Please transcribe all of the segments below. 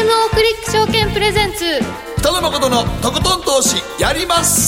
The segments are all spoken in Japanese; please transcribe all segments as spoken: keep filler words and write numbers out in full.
ノークリック証券プレゼンツ北野誠のとことん投資やりまっせ。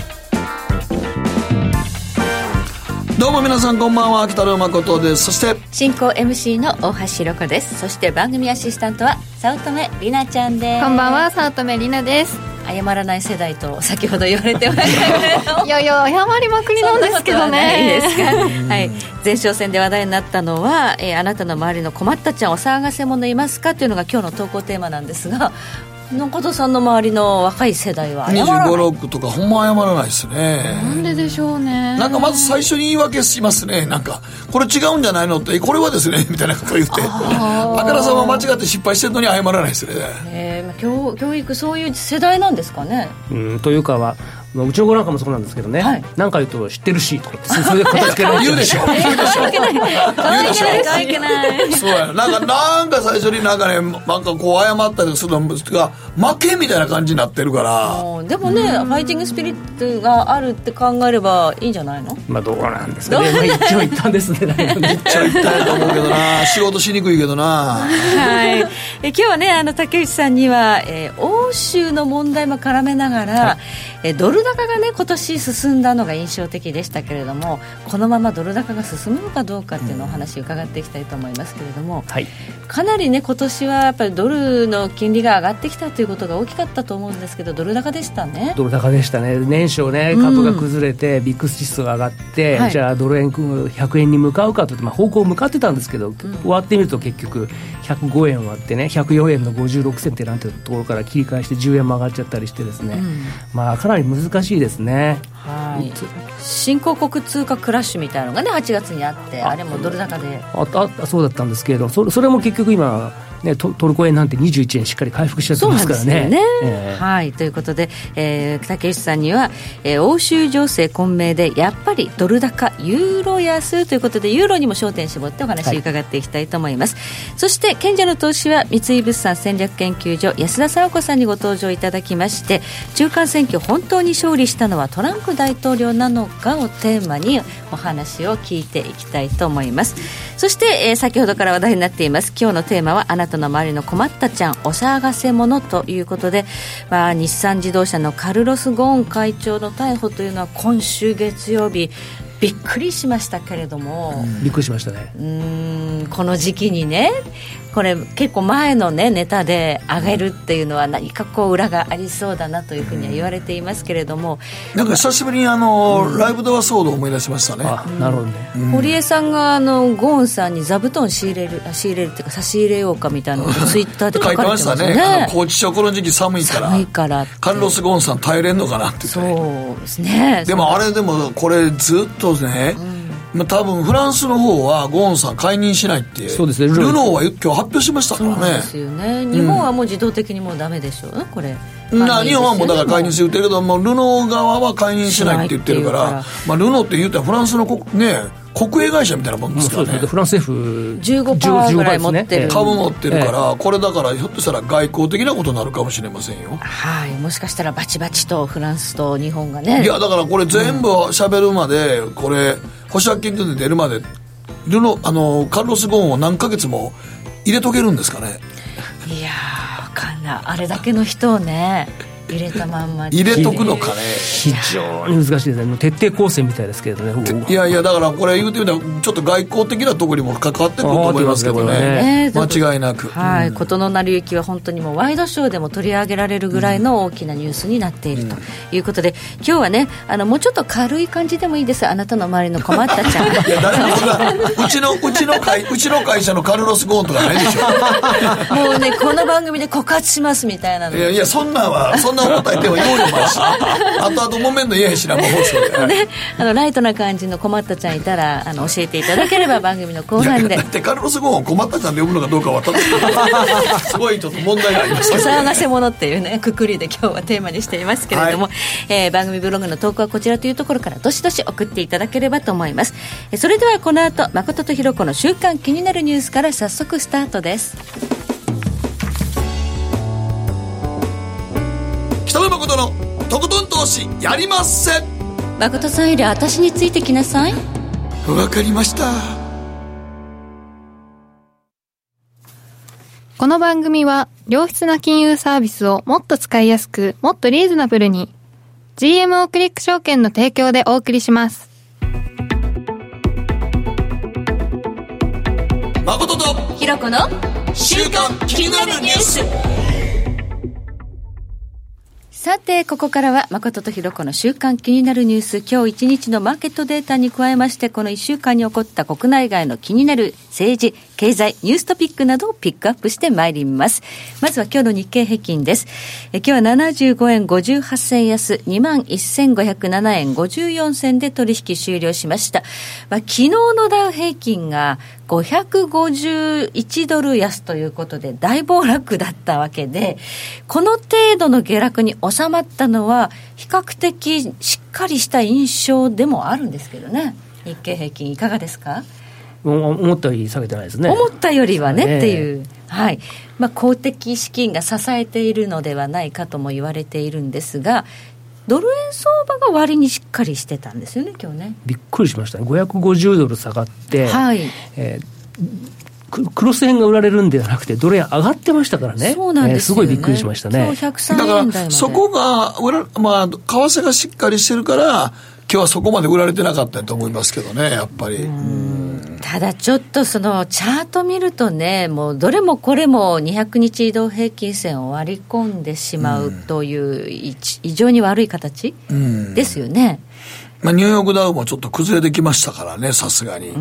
どうも皆さんこんばんは、北野誠です。そして進行 エムシー の大橋ロコです。そして番組アシスタントは早乙女里奈ちゃんです。 こんばんは、早乙女里奈です。 謝らない世代と先ほど言われてましたけどいやいや謝りまくりなんですけどね。 いいですかはい、前哨戦で話題になったのは、えー、あなたの周りの困ったちゃんお騒がせ者いますかというのが今日の投稿テーマなんですが、誠さんの周りの若い世代は謝らない。 にじゅうご、ろくとかほんま謝らないですね。 なんででしょうね。 なんかまず最初に言い訳しますね。なんかこれ違うんじゃないのって、これはですねみたいなことを言って、あからさま間違って失敗してるのに謝らないですね。 えー、教, 教育そういう世代なんですかね。 うんというかはうちの子なんかもそうなんですけどね、はい、なんか言うと知ってるしとかそれで片付けられる言うでしょ言うでしょ言うでしょ可愛くないそうやなんかなんか最初になんかねなんかこう謝ったりするのが負けみたいな感じになってるから。 でもねファイティングスピリットがあるって考えればいいんじゃないの。 まあどうなんですかね、まあ、一長一短ですね一長一短と思うけどな仕事しにくいけどなはい、え今日はねあの竹内さんには、えー、欧州の問題も絡めながら、はいえドル高がね今年進んだのが印象的でしたけれども、このままドル高が進むのかどうかっていうのをお話を伺っていきたいと思いますけれども、はい、かなりね今年はやっぱりドルの金利が上がってきたということが大きかったと思うんですけど、ドル高でしたね。 ドル高でしたね。年初ね株が崩れて、うん、ビッグ指数が上がって、はい、じゃあドル円ひゃくえんに向かうかといって、まあ、方向向かってたんですけど、うん、終わってみると結局ひゃくごえん割ってねひゃくよえんのごじゅうろくセントなんていうところから切り返してじゅうえんも上がっちゃったりしてですね、うん、まあかなり難しいですね。 はい、新興国通貨クラッシュみたいなのがねはちがつにあって、 あ, あれもドル高であ, あ, あそうだったんですけれど、そ れ, それも結局今ね、ト, トルコ円なんてにじゅういちえんしっかり回復しちゃってますからね。そうなんですよね、えー、 はい、ということで、えー、竹内さんには、えー、欧州情勢混迷でやっぱりドル高ユーロ安ということでユーロにも焦点絞ってお話を伺っていきたいと思います、はい、そして賢者の投資は三井物産戦略研究所安田佐和子さんにご登場いただきまして、中間選挙本当に勝利したのはトランプ大統領なのかをテーマにお話を聞いていきたいと思います。そして、えー、先ほどから話題になっています今日のテーマはあなたの周りの困ったちゃんお騒がせ者ということで、まあ、日産自動車のカルロス・ゴーン会長の逮捕というのは今週月曜日びっくりしましたけれども、 うん、びっくりしましたね。 うーんこの時期にねこれ結構前の、ね、ネタで上げるっていうのは何かこう裏がありそうだなというふうには言われていますけれども、 なんか久しぶりにあの、うん、ライブドア騒動を思い出しましたね。 あ、なるほどね、 うん、堀江さんがあのゴーンさんに座布団仕入れる仕入れるっていうか差し入れようかみたいなことツイッターで書かれてましたね。 書いてましたね。あの高知町この時期寒いから寒いからカルロス・ゴーンさん耐えれんのかなって言って、 そうですね。 でもあれでもこれずっとね、うんまあ、多分フランスの方はゴーンさん解任しないって。 そうですね、 ルノーは今日発表しましたからね。 そうですよね。日本はもう自動的にもうダメでしょうねこれ。 な日本はもうだから解任して言ってるけども、ルノー側は解任しないって言ってるから、まあ、ルノーって言ったらフランスの国、ね、国営会社みたいなもんですからね。 フランス政府じゅうごパーセント ぐらい持ってる、 株持ってるから、ええ、これだからひょっとしたら外交的なことになるかもしれませんよ。 はい、もしかしたらバチバチとフランスと日本がね。 いやだからこれ全部喋るまで、うん、これ保釈金で出るまでルノあのカルロス・ゴーンを何ヶ月も入れとけるんですかね。いやー分かんない。あれだけの人をね入れたまんま入れとくのかね。 非常に難しいですね。徹底抗戦みたいですけどね。 いやいやだからこれ言うてみたらちょっと外交的なところにも関わってくると思いますけど ね, ね間違いなく、 はい、事の成り行きは本当にもうワイドショーでも取り上げられるぐらいの大きなニュースになっているということで、うん、今日はねあのもうちょっと軽い感じでもいいです。あなたの周りの困ったちゃんいや誰もうちのうちの会うちの会社のカルロス・ゴーンとかないでしょもうねこの番組で告発しますみたいなの。 いやいやそんなんはそんな答えても用意もあるしあとあともめんの嫌やしなもう放送で、 ね、あのライトな感じの困ったちゃんいたらあの教えていただければ番組の後半で。 だってカルロス・ゴーンを困ったちゃんで呼ぶのかどうかはすごいちょっと問題がありますけど、ね、 お騒がせ者っていうねくくりで今日はテーマにしていますけれども、はいえー、番組ブログの投稿はこちらというところからどしどし送っていただければと思います。それではこの後誠とひろ子の週刊気になるニュースから早速スタートです。 北野誠のとことん投資やりまっせ。 誠さんより私についてきなさい。 わかりました。 この番組は良質な金融サービスをもっと使いやすく、もっとリーズナブルに ジーエムオー クリック証券の提供でお送りします。 誠とひろこの週刊気になるニュース。 さてここからは誠とひろこの週刊気になるニュース、今日一日のマーケットデータに加えまして、このいっしゅうかんに起こった国内外の気になる政治経済ニューストピックなどをピックアップしてまいります。まずは今日の日経平均です。え今日はななじゅうごえんごじゅうはちせん安 にまんせんごひゃくななえんごじゅうよんせんで取引終了しました。まあ、昨日のダウ平均がごひゃくごじゅういちドル安ということで大暴落だったわけで、この程度の下落に収まったのは比較的しっかりした印象でもあるんですけどね。日経平均いかがですか？ 思ったより下げてないですね。 思ったよりはねっていう、はい、まあ、公的資金が支えているのではないかとも言われているんですが、ドル円相場が割にしっかりしてたんですよね今日ね。びっくりしましたね。ごひゃくごじゅうドル下がって、はい、えー、クロス円が売られるんではなくてドル円上がってましたからね。そうなんですよね、えー、すごいびっくりしましたね。 今日ひゃくさんえん台まで。 だからそこが裏、まあ、為替がしっかりしてるから今日はそこまで売られてなかったと思いますけどね、やっぱり。うん、 ただちょっとそのチャート見るとね、もうどれもこれもにひゃくにち移動平均線を割り込んでしまうという異常に悪い形ですよね。 まあ、ニューヨークダウもちょっと崩れてきましたからね、さすがに。 うん、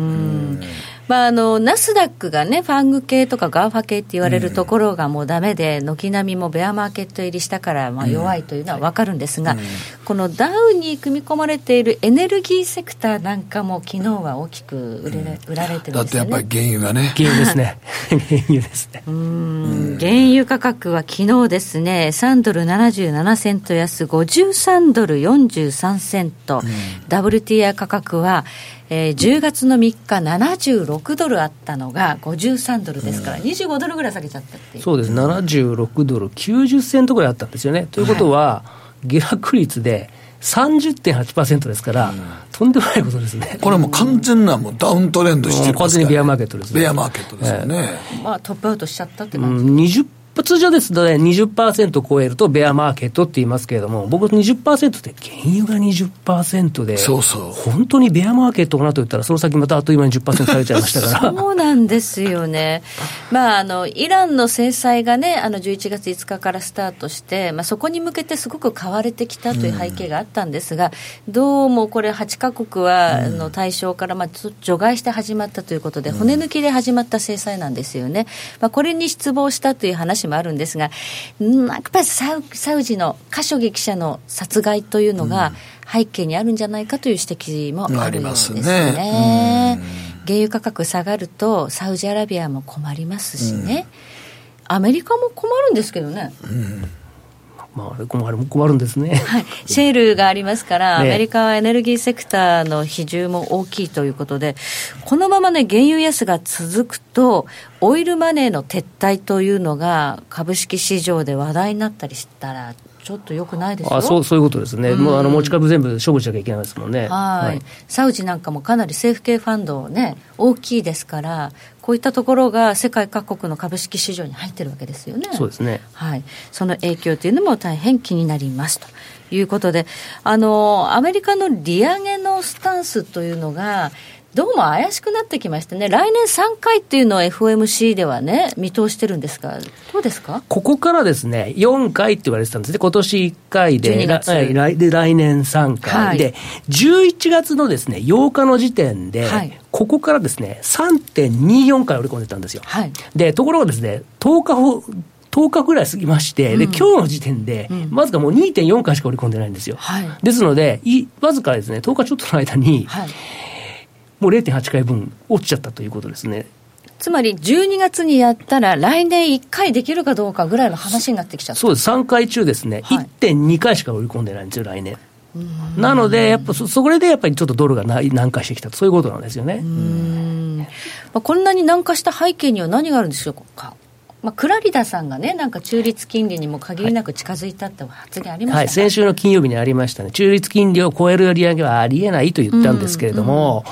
まあ、あのナスダックがね、ファング系とかガーファ系って言われるところがもうダメで、軒並みもベアマーケット入りしたからまあ弱いというのは分かるんですが、うん、このダウに組み込まれているエネルギーセクターなんかも昨日は大きく売れ、うん、売られてるんですよね。 だってやっぱり原油がね、 原油ですね原油ですね。 うーん、原油価格は昨日ですね、さんドルななじゅうななセント安ごじゅうさんドルよんじゅうさんセント、うん、ダブリューティーアイ 価格は、えー、じゅうがつのみっかななじゅうろくドルあったのがごじゅうさんドルですから、うん、にじゅうごドルぐらい下げちゃったっていう。 そうです、ななじゅうろくドルきゅうじゅっセントぐらいあったんですよね。ということは、はい、下落率で さんじゅってんはちパーセント ですから、うん、とんでもないことですね。 これもう完全なもうダウントレンドしてるんですから、ね、 完全にベアマーケットですね。 ベアマーケットですよね、 えーまあ、トップアウトしちゃったって感じ、 うん、にじゅう通常ですので にじゅっパーセント 超えるとベアマーケットって言いますけれども、僕 にじゅっパーセント って原油が にじゅっパーセント で、 そうそう、 本当にベアマーケットかなと言ったらその先またあっという間に じゅっパーセント 下げちゃいましたからそうなんですよね。まあ、あのイランの制裁がね、あのじゅういちがついつかからスタートして、まあ、そこに向けてすごく買われてきたという背景があったんですが、うん、どうもこれはちカ国は、うん、の対象からまあ除外して始まったということで、骨抜きで始まった制裁なんですよね。まあ、これに失望したという話もあるんですが、やっぱりサウ、サウジのカショギ記者の殺害というのが背景にあるんじゃないかという指摘もあるようですね。 ありますね。 原油価格下がるとサウジアラビアも困りますしね、うん、アメリカも困るんですけどね、うん、 まあ、困る困るんですね、 はい、シェールがありますから、ね、アメリカはエネルギーセクターの比重も大きいということで、このままね原油安が続くとオイルマネーの撤退というのが株式市場で話題になったりしたらちょっと良くないですよ。 あ、そう、そういうことですね、うん、もうあの持ち株全部処分しなきゃいけないですもんね。 はい、はい、サウジなんかもかなり政府系ファンド、ね、大きいですから、こういったところが世界各国の株式市場に入ってるわけですよね。 そうですね、 はい、その影響というのも大変気になりますということで、あのアメリカの利上げのスタンスというのがどうも怪しくなってきましてね、来年さんかいっていうのを エフオーエムシー ではね見通してるんですが、どうですか？ ここからですねよんかいって言われてたんですね。今年いっかいで、来, で来年さんかい、はい、でじゅういちがつのですねようかの時点で、はい、ここからですね さんてんによん 回織り込んでたんですよ、はい、でところがですねとおかほとおかぐらい過ぎまして、で今日の時点で、うん、わずかもう にてんよん 回しか織り込んでないんですよ、はい、ですのでいわずかですねとおかちょっとの間に、はい、もう れいてんはち 回分落ちちゃったということですね。 つまりじゅうにがつにやったら来年いっかいできるかどうかぐらいの話になってきちゃった。 そうです、さんかい中ですね、はい、いってんに 回しか織り込んでないんですよ来年。なのでやっぱ そ, それでやっぱりちょっとドルが軟化してきたと、そういうことなんですよね。うーん、 まあ、こんなに軟化した背景には何があるんでしょうか。まあ、クラリダさんがね、なんか中立金利にも限りなく近づいたって発言ありましたね、はいはい、 先週の金曜日にありましたね。中立金利を超える利上げはありえないと言ったんですけれども、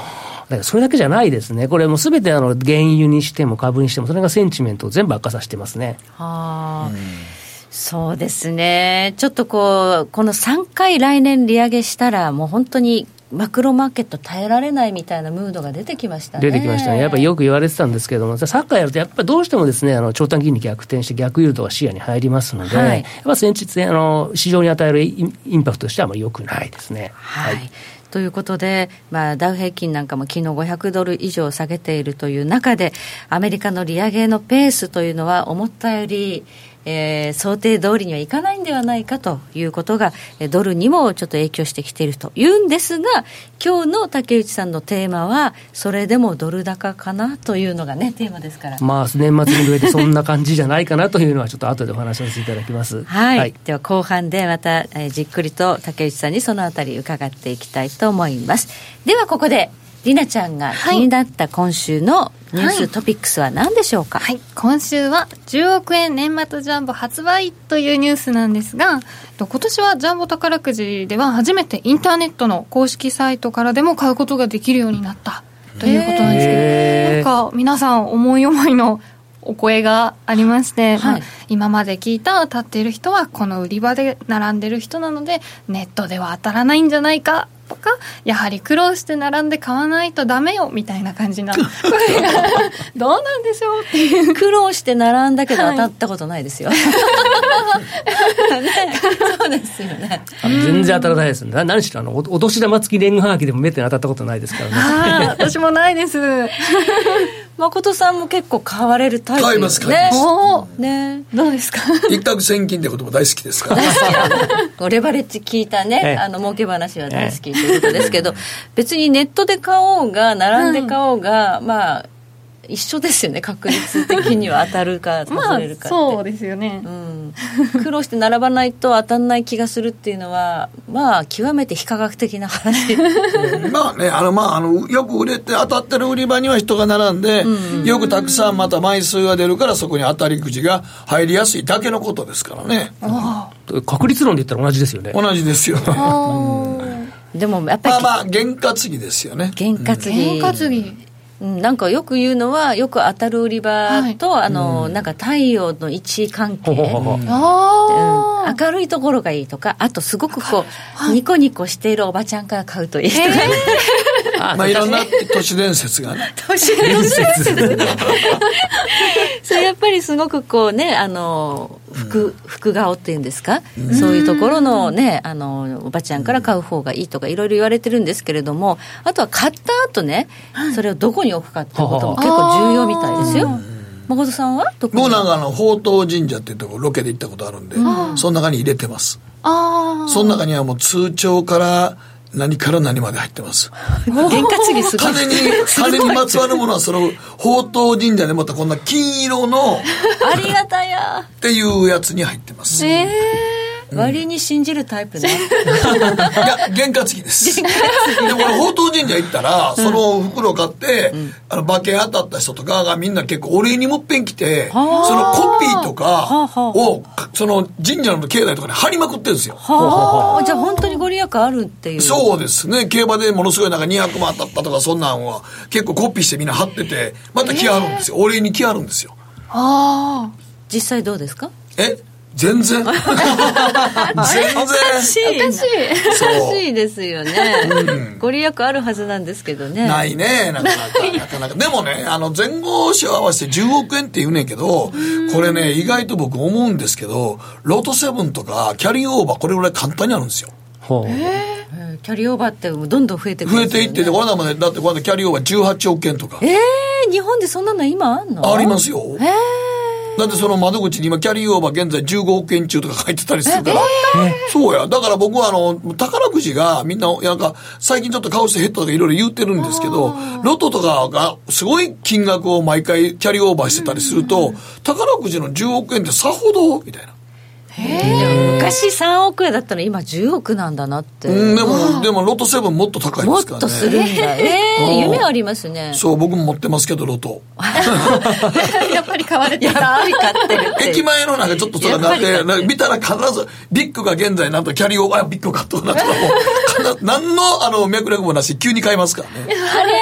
からそれだけじゃないですね。これもすべてあの原油にしても株にしてもそれがセンチメントを全部悪化させてますね。 はあ、うん、そうですね。ちょっとこうこのさんかい来年利上げしたらもう本当にマクロマーケット耐えられないみたいなムードが出てきましたね。 出てきましたね。やっぱりよく言われてたんですけども、サッカーやるとやっぱりどうしてもですね、あの長短金利逆転して逆ユーロが視野に入りますので、はい、やっぱ先日あの市場に与えるインパクトとしてはあまり良くないですね。 はい、はい、ということで、まあ、ダウ平均なんかも昨日ごひゃくドル以上下げているという中で、アメリカの利上げのペースというのは思ったよりえー、想定通りにはいかないんではないかということがドルにもちょっと影響してきているというんですが、今日の竹内さんのテーマはそれでもドル高かなというのがねテーマですから、 まあ年末に向けてそんな感じじゃないかなというのはちょっと後でお話をさせていただきます。 はい、はい、では後半でまた、えー、じっくりと竹内さんにそのあたり伺っていきたいと思います。ではここでりなちゃんが気になった今週のニュース、はい、トピックスは何でしょうか。 はい、今週はじゅうおくえん年末ジャンボ発売というニュースなんですが、今年はジャンボ宝くじでは初めてインターネットの公式サイトからでも買うことができるようになったということなんですけど、なんか皆さん思い思いのお声がありまして、はい、まあ、今まで聞いた当たっている人はこの売り場で並んでる人なのでネットでは当たらないんじゃないかとか、やはり苦労して並んで買わないとダメよみたいな感じなこれがどうなんでしょうっていう。 苦労して並んだけど当たったことないですよ、はいね、そうですよね。 全然当たらないですね。何しろあのお年玉付き年賀はがきでもめったに当たったことないですからね。 あ、私もないです誠さんも結構買われるタイプ買います買います、 おね、 どうですか。 一攫千金ってことも大好きですからレバレッジ聞いたね、ええ、あの儲け話は大好きということですけど、別にネットで買おうが並んで買おうが、うん、まあ一緒ですよね。確率的には当たるか外れるかって、 まあ、そうですよね、 うん、苦労して並ばないと当たんない気がするっていうのはまあ極めて非科学的な話まあね、あのまああのよく売れて当たってる売り場には人が並んで、うん、よくたくさんまた枚数が出るからそこに当たりくじが入りやすいだけのことですからね。 あ、確率論で言ったら同じですよね。 同じですよねうん、でもやっぱりまあまあ験担ぎですよね。 験担ぎ、 験担ぎなんかよく言うのはよく当たる売り場と、はい、あの、うん、なんか太陽の位置関係、うん、明るいところがいいとか、あとすごくこう、はい、ニコニコしているおばちゃんから買うといいとか、ね、 えー、まあいろんな都市伝説がね都市伝説それやっぱりすごくこうね、あの福、福顔っていうんですか、うん、そういうところのね、あのおばちゃんから買う方がいいとかいろいろ言われてるんですけれども、あとは買った後ね、それをどこに置くかっていうことも結構重要みたいですよ。誠さんはどこに？ もうなんかあの宝東神社っていうところロケで行ったことあるんで、うん、その中に入れてます。あ、その中にはもう通帳から何から何まで入ってます。 験担ぎすごい。 金に金にまつわるものはその宝東神社でまたこんな金色のありがたやっていうやつに入ってます。 えー、うん、割に信じるタイプね。 いや験担ぎです。でもこれ宝東神社行ったら、うん、その袋買って、うん、あの馬券当たった人とかがみんな結構お礼にもっぺん来て、そのコピーとかをその神社の境内とかに貼りまくってるんですよ。 はあ、じゃあ本当にご利益あるっていう。 そうですね。競馬でものすごいなんかにひゃくまん当たったとかそんなんは結構コピーしてみんな貼ってて、また来はるんですよ。お礼に来はるんですよ。 ああ、実際どうですか？ え、全然全然おかしいおかしいおかしいですよね、うん、ご利益あるはずなんですけどね。 ないね、なかなかなかなかでもね、あの前後賞合わせてじゅうおくえんって言うねんけど、これね意外と僕思うんですけど、ロトセブンとかキャリーオーバーこれぐらい簡単にあるんですよ。 ほう、えー、キャリーオーバーってどんどん増えてくるんですよね。 増えていって、これだもんね、だってこれキャリーオーバーじゅうはちおくえんとか。 えー、日本でそんなの今あんの？ ありますよ。 えーだってその窓口に今キャリーオーバー現在じゅうごおくえん中とか書いてたりするから、えー、そうや。だから僕はあの宝くじがみんななんか最近ちょっと買う人減ったとかいろいろ言ってるんですけど、ロトとかがすごい金額を毎回キャリーオーバーしてたりすると、宝くじのじゅうおくえんってさほどみたいな。 へ、昔さんおくえんだったら今じゅうおくなんだなって。 うん、でもでもロトセブンもっと高いですからね。 もっとするんだ。えー、夢ありますね。 そう僕も持ってますけどロトやっぱり買われてた。 やっぱり買ってるって。 駅前のなんかちょっとそれなって見たら必ずビッグが現在なんとキャリーオーバービッグ買っとるなとかもう何のあの脈絡もなし急に買いますからね。 あれあの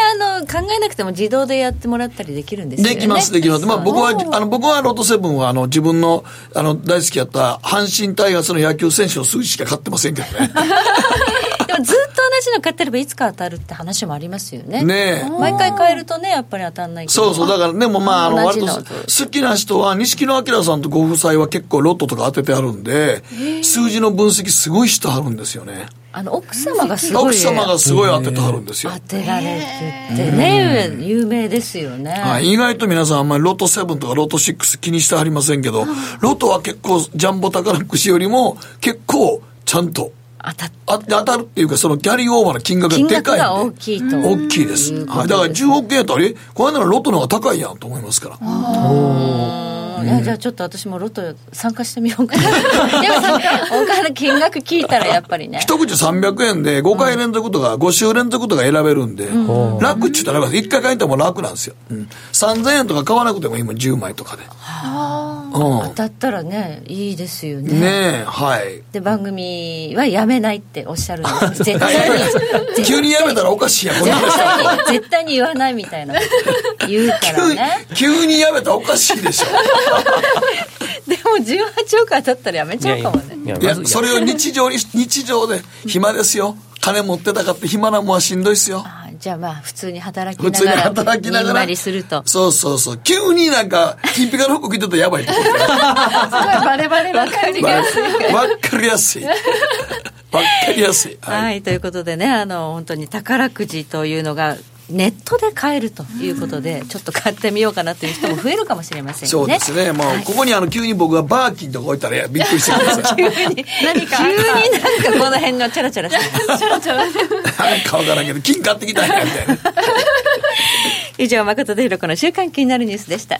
考えなくても自動でやってもらったりできるんですよね。 できますできます。まあ僕はあの僕はロトセブンはあの自分のあの大好きやった阪神タイガースの野球選手の数字しか買ってませんけどね。 でもずっと同じの買ってればいつか当たるって話もありますよね。 ねえ。 毎回買えるとねやっぱり当たんないけど。 そうそうだからでもまああの割と好きな人は錦野旦さんとご夫妻は結構ロットとか当ててあるんで数字の分析すごいしてはるんですよね。 あの奥様がすごい奥様がすごい当ててはるんですよ。 当てられててね有名ですよね。 はい、意外と皆さんあんまりロトセブンとかロトシックス気にしてはりませんけど、ロトは結構ジャンボ宝くじよりも結構ちゃんと当た, あ当たるっていうかそのキャリーオーバーの金額がでかいんで金額が大きいと大きいです、はい、だからじゅうおくえんやったらこの間のロトの方が高いやんと思いますから。 いやじゃあちょっと私もロト参加してみようかな。でも他の金額聞いたらやっぱりね一口さんびゃくえんでごかい連続とかご週連続とか選べるんで、うん、楽っちゅったらいっかい買いたらもう楽なんですよ、うん、さんぜんえんとか買わなくても今じゅうまいとかで、 はあ、うん、当たったらねいいですよね。 ねえはいで番組はやめないっておっしゃるんです絶対に急にやめたらおかしいやんこんな話絶対に言わないみたいなこと言うからね急, 急にやめたらおかしいでしょ。 でもじゅうはちおく当たったらやめちゃうかもね。 いやいやいやそれを日常に日常で暇ですよ金持ってたかって暇なもんはしんどいですよ。 あじゃあまあ普通に働きながら普通に働きながらにんまりするとそうそうそう急になんか金ピカの服着てたらやばいと思ってすごいバレバレ分かりやすい分かりやすい分かりやすい、 はい、はい、ということでねあの本当に宝くじというのがネットで買えるということで、うん、ちょっと買ってみようかなという人も増えるかもしれませんね。 そうですねもう、はい、ここにあの急に僕がバーキンとか置いたらびっくりしてください。 急に何か急になんかこの辺のチャラチャラしてチャラチャラなんか分からんけど金買ってきたんやみたいな。 以上誠とひろ子の週刊気になるニュースでした。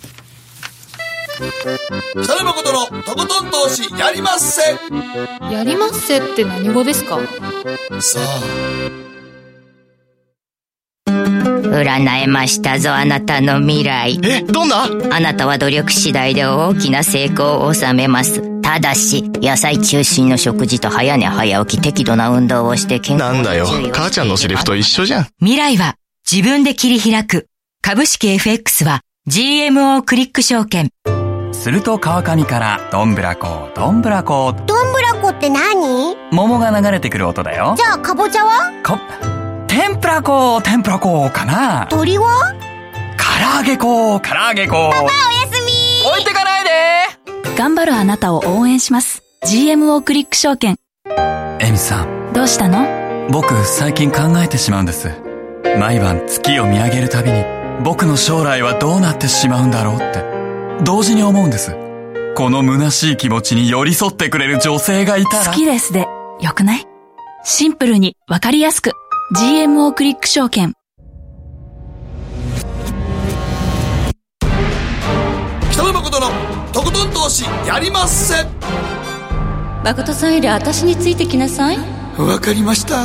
北野誠のとことん投資やりまっせ。 やりまっせって何語ですか。 さあ占えましたぞあなたの未来。 え、どんな？ あなたは努力次第で大きな成功を収めます。ただし野菜中心の食事と早寝早起き適度な運動をして健康に注意をして。 なんだよ母ちゃんのセリフと一緒じゃん。 未来は自分で切り開く。株式 エフエックス は ジーエムオー クリック証券。 すると川上からどんぶらこどんぶらこ。 どんぶらこって何？ 桃が流れてくる音だよ。 じゃあかぼちゃは？ か天ぷら粉天ぷら粉かな。 鳥は？ 唐揚げ粉唐揚げ粉。 パパおやすみ。 置いてかないで。 頑張るあなたを応援します。 ジーエムオー クリック証券。 エミさんどうしたの？ 僕最近考えてしまうんです。毎晩月を見上げるたびに僕の将来はどうなってしまうんだろうって同時に思うんです。この虚しい気持ちに寄り添ってくれる女性がいたら。 好きですでよくない？シンプルにわかりやすく ジーエムオー クリック証券。 北野誠のとことん投資やりまっせ。 誠さんより私についてきなさい。 わかりました。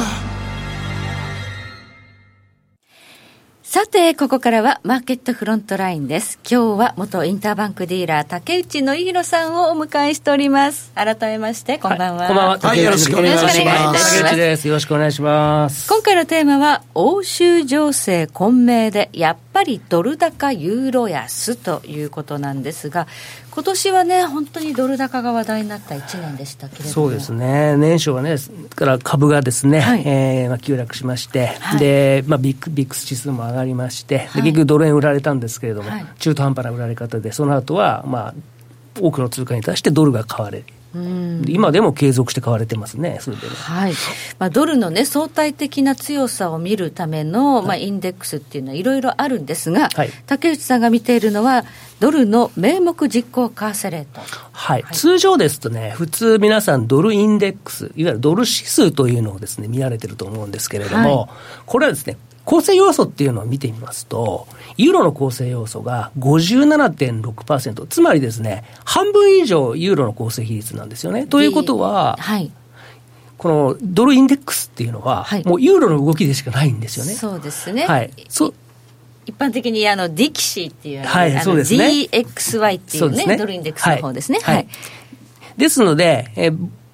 さてここからはマーケットフロントラインです。今日は元インターバンクディーラー竹内典弘さんをお迎えしております。改めましてこんばんは、 はい、こんばんは。 はい、よろしくお願いします。 竹内です。よろしくお願いします。 今回のテーマは欧州情勢混迷でやっぱりドル高ユーロ安ということなんですが、今年はね本当にドル高が話題になったいちねんでしたけれども。 そうですね。年初はねから株がですね、はい、えーまあ、急落しまして、はい、で、まあ、ビックビックス指数も上がりまして、はい、で結局ドル円売られたんですけれども、はい、中途半端な売られ方でその後はまあ多くの通貨に対してドルが買われる。うん今でも継続して買われてますね。それでね、 はいまあ、ドルの、ね、相対的な強さを見るための、はいまあ、インデックスっていうのはいろいろあるんですが、はい、竹内さんが見ているのはドルの名目実行為替レート、 はいはい、通常ですとね普通皆さんドルインデックスいわゆるドル指数というのをですね見られてると思うんですけれども、はい、これはですね構成要素っていうのを見てみますとユーロの構成要素が ごじゅうななてんろくパーセント つまりですね半分以上ユーロの構成比率なんですよね。ということは、はい、このドルインデックスっていうのは、はい、もうユーロの動きでしかないんですよね。 そうですね、 はい、そ一般的にあのディキシーっていう、 はい、 あのそうですね、 ディーエックスワイ っていう ね, うねドルインデックスの方ですね、 はいはい、ですのでえ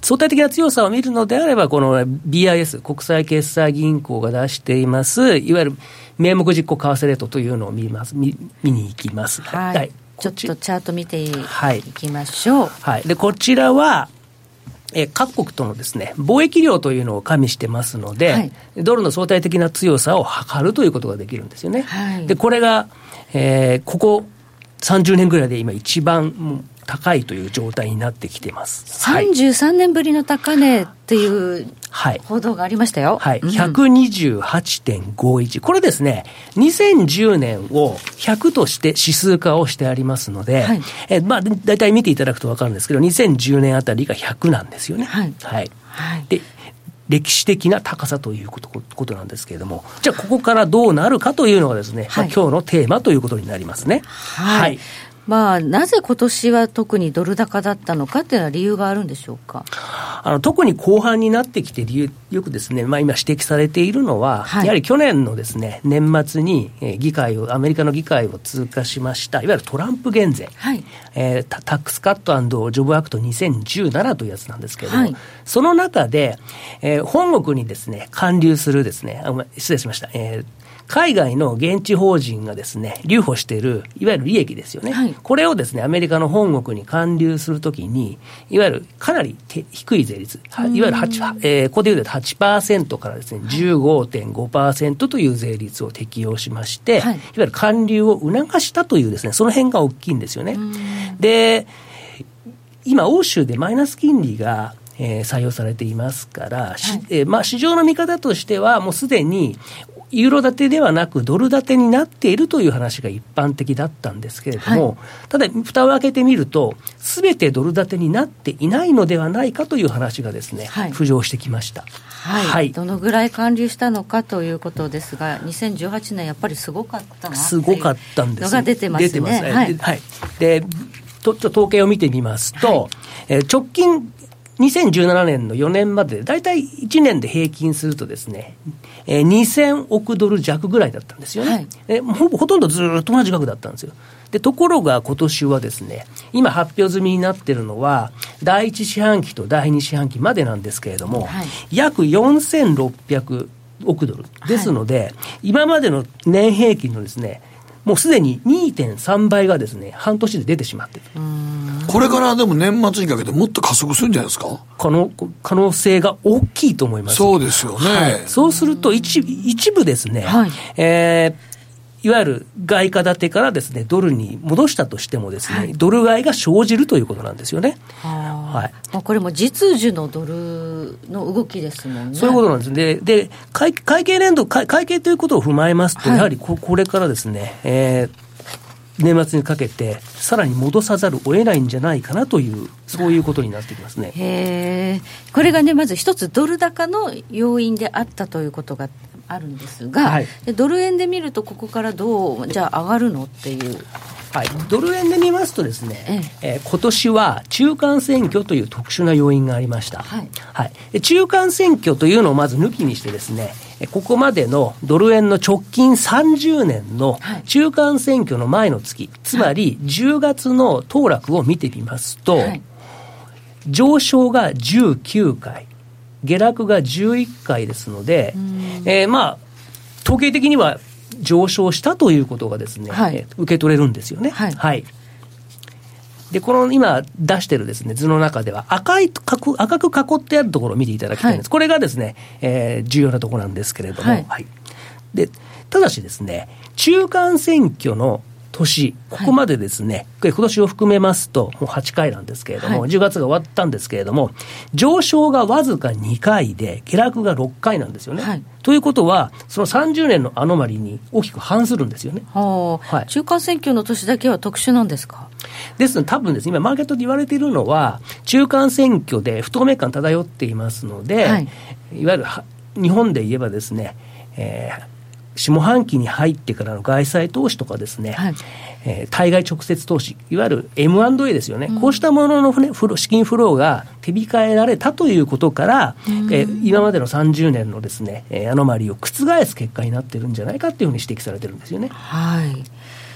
相対的な強さを見るのであれば、この ビーアイエス 国際決済銀行が出していますいわゆる名目実行為替レートというのを見ます 見, 見に行きます。 はい、はい、ちょっとチャート見ていきましょう。 はいはい、でこちらはえ各国とのですね貿易量というのを加味してますので、はい、ドルの相対的な強さを測るということができるんですよね。はい、でこれが、えー、ここさんじゅうねんぐらいで今一番高いという状態になってきています。 さんじゅうさんねんぶりの高値っていう報道がありましたよ。 はい、はい、ひゃくにじゅうはちてんごいち、これですねにせんじゅうねんをひゃくとして指数化をしてありますので、はい、えまあだいたい見ていただくと分かるんですけどにせんじゅうねんあたりがひゃくなんですよね。はい、はいはい、で歴史的な高さということ、ことなんですけれども、じゃあここからどうなるかというのがですね、はい、まあ、今日のテーマということになりますね。 はい、はい、まあ、なぜ今年は特にドル高だったのかっていうのは理由があるんでしょうか。 あの特に後半になってきて理由よくですね、まあ、今指摘されているのは、はい、やはり去年のですね年末に、えー、議会をアメリカの議会を通過しましたいわゆるトランプ減税、はい、えー、タ, タックスカット&ジョブアクトにせんじゅうななというやつなんですけれども、はい、その中で、えー、本国にですね還流するですねあ失礼しました、えー海外の現地法人がですね留保しているいわゆる利益ですよね、はい、これをですねアメリカの本国に還流するときにいわゆるかなり低い税率、いわゆる8、えー、ここでいうと はちパーセント からですね じゅうごてんごパーセント という税率を適用しまして、はい、いわゆる還流を促したというですねその辺が大きいんですよね。で今欧州でマイナス金利がえー、採用されていますから、はい、えーまあ、市場の見方としてはもうすでにユーロ建てではなくドル建てになっているという話が一般的だったんですけれども、はい、ただ蓋を開けてみるとすべてドル建てになっていないのではないかという話がですね、はい、浮上してきました。 はいはい、どのぐらい還流したのかということですがにせんじゅうはちねんやっぱりすごかったなすごかったんですのが出てますね。出てます、はいはい、でとちょっと統計を見てみますと、はい、えー、直近にせんじゅうななねんのよねんまでだいたいいちねんで平均するとですね、えー、にせんおくドル弱ぐらいだったんですよね、はい、えー、ほぼほとんどずっと同じ額だったんですよ。でところが今年はですね今発表済みになっているのはだいいち四半期とだいに四半期までなんですけれども、はい、約よんせんろっぴゃくおくドルですので、はい、今までの年平均のですねもうすでに にてんさんばいがですね半年で出てしまっている。 これからでも年末にかけてもっと加速するんじゃないですか。 可能、可能性が大きいと思います。 そうですよね、はい、 そうすると 一, 一部ですね、はい、えー、いわゆる外貨建てからですねドルに戻したとしてもですね、はい、ドル買いが生じるということなんですよね。 はい、まあ、これも実需のドルの動きですもんね。 そういうことなんです。で、で 会, 会計年度会、会計ということを踏まえますと、はい、やはり こ, これからですね、えー年末にかけてさらに戻さざるを得ないんじゃないかなというそういうことになってきますね。 へー、これがねまず一つドル高の要因であったということがあるんですが、はい、でドル円で見るとここからどうじゃあ上がるのっていう、 はい、ドル円で見ますとですね、えええー、今年は中間選挙という特殊な要因がありました、はいはい、中間選挙というのをまず抜きにしてですねここまでのドル円の直近さんじゅうねんの中間選挙の前の月、はい、つまりじゅうがつの騰落を見てみますと、はい、上昇がじゅうきゅうかい下落がじゅういっかいですので、えー、まあ統計的には上昇したということがですね、はい、受け取れるんですよね。はい、はい、でこの今出してるですね図の中では赤い赤く囲ってあるところを見ていただきたいんです、はい、これがですね、えー、重要なところなんですけれども、はいはい、でただしですね中間選挙の年ここまでですね、はい、今年を含めますともうはちかいなんですけれども、はい、じゅうがつが終わったんですけれども上昇がわずかにかいで下落がろっかいなんですよね、はい、ということはそのさんじゅうねんのアノマリに大きく反するんですよね。 はあ、はい、中間選挙の年だけは特殊なんですか。 ですので多分ですね今マーケットで言われているのは中間選挙で不透明感漂っていますので、はい、いわゆる日本で言えばですね、えー下半期に入ってからの外債投資とかですね、はい、えー、対外直接投資いわゆる エムアンドエー ですよね、うん、こうしたものの、ね、資金フローが手控えられたということから、うん、えー、今までのさんじゅうねんのですね、えー、アノマリーを覆す結果になっているんじゃないかというふうに指摘されているんですよね。 はい、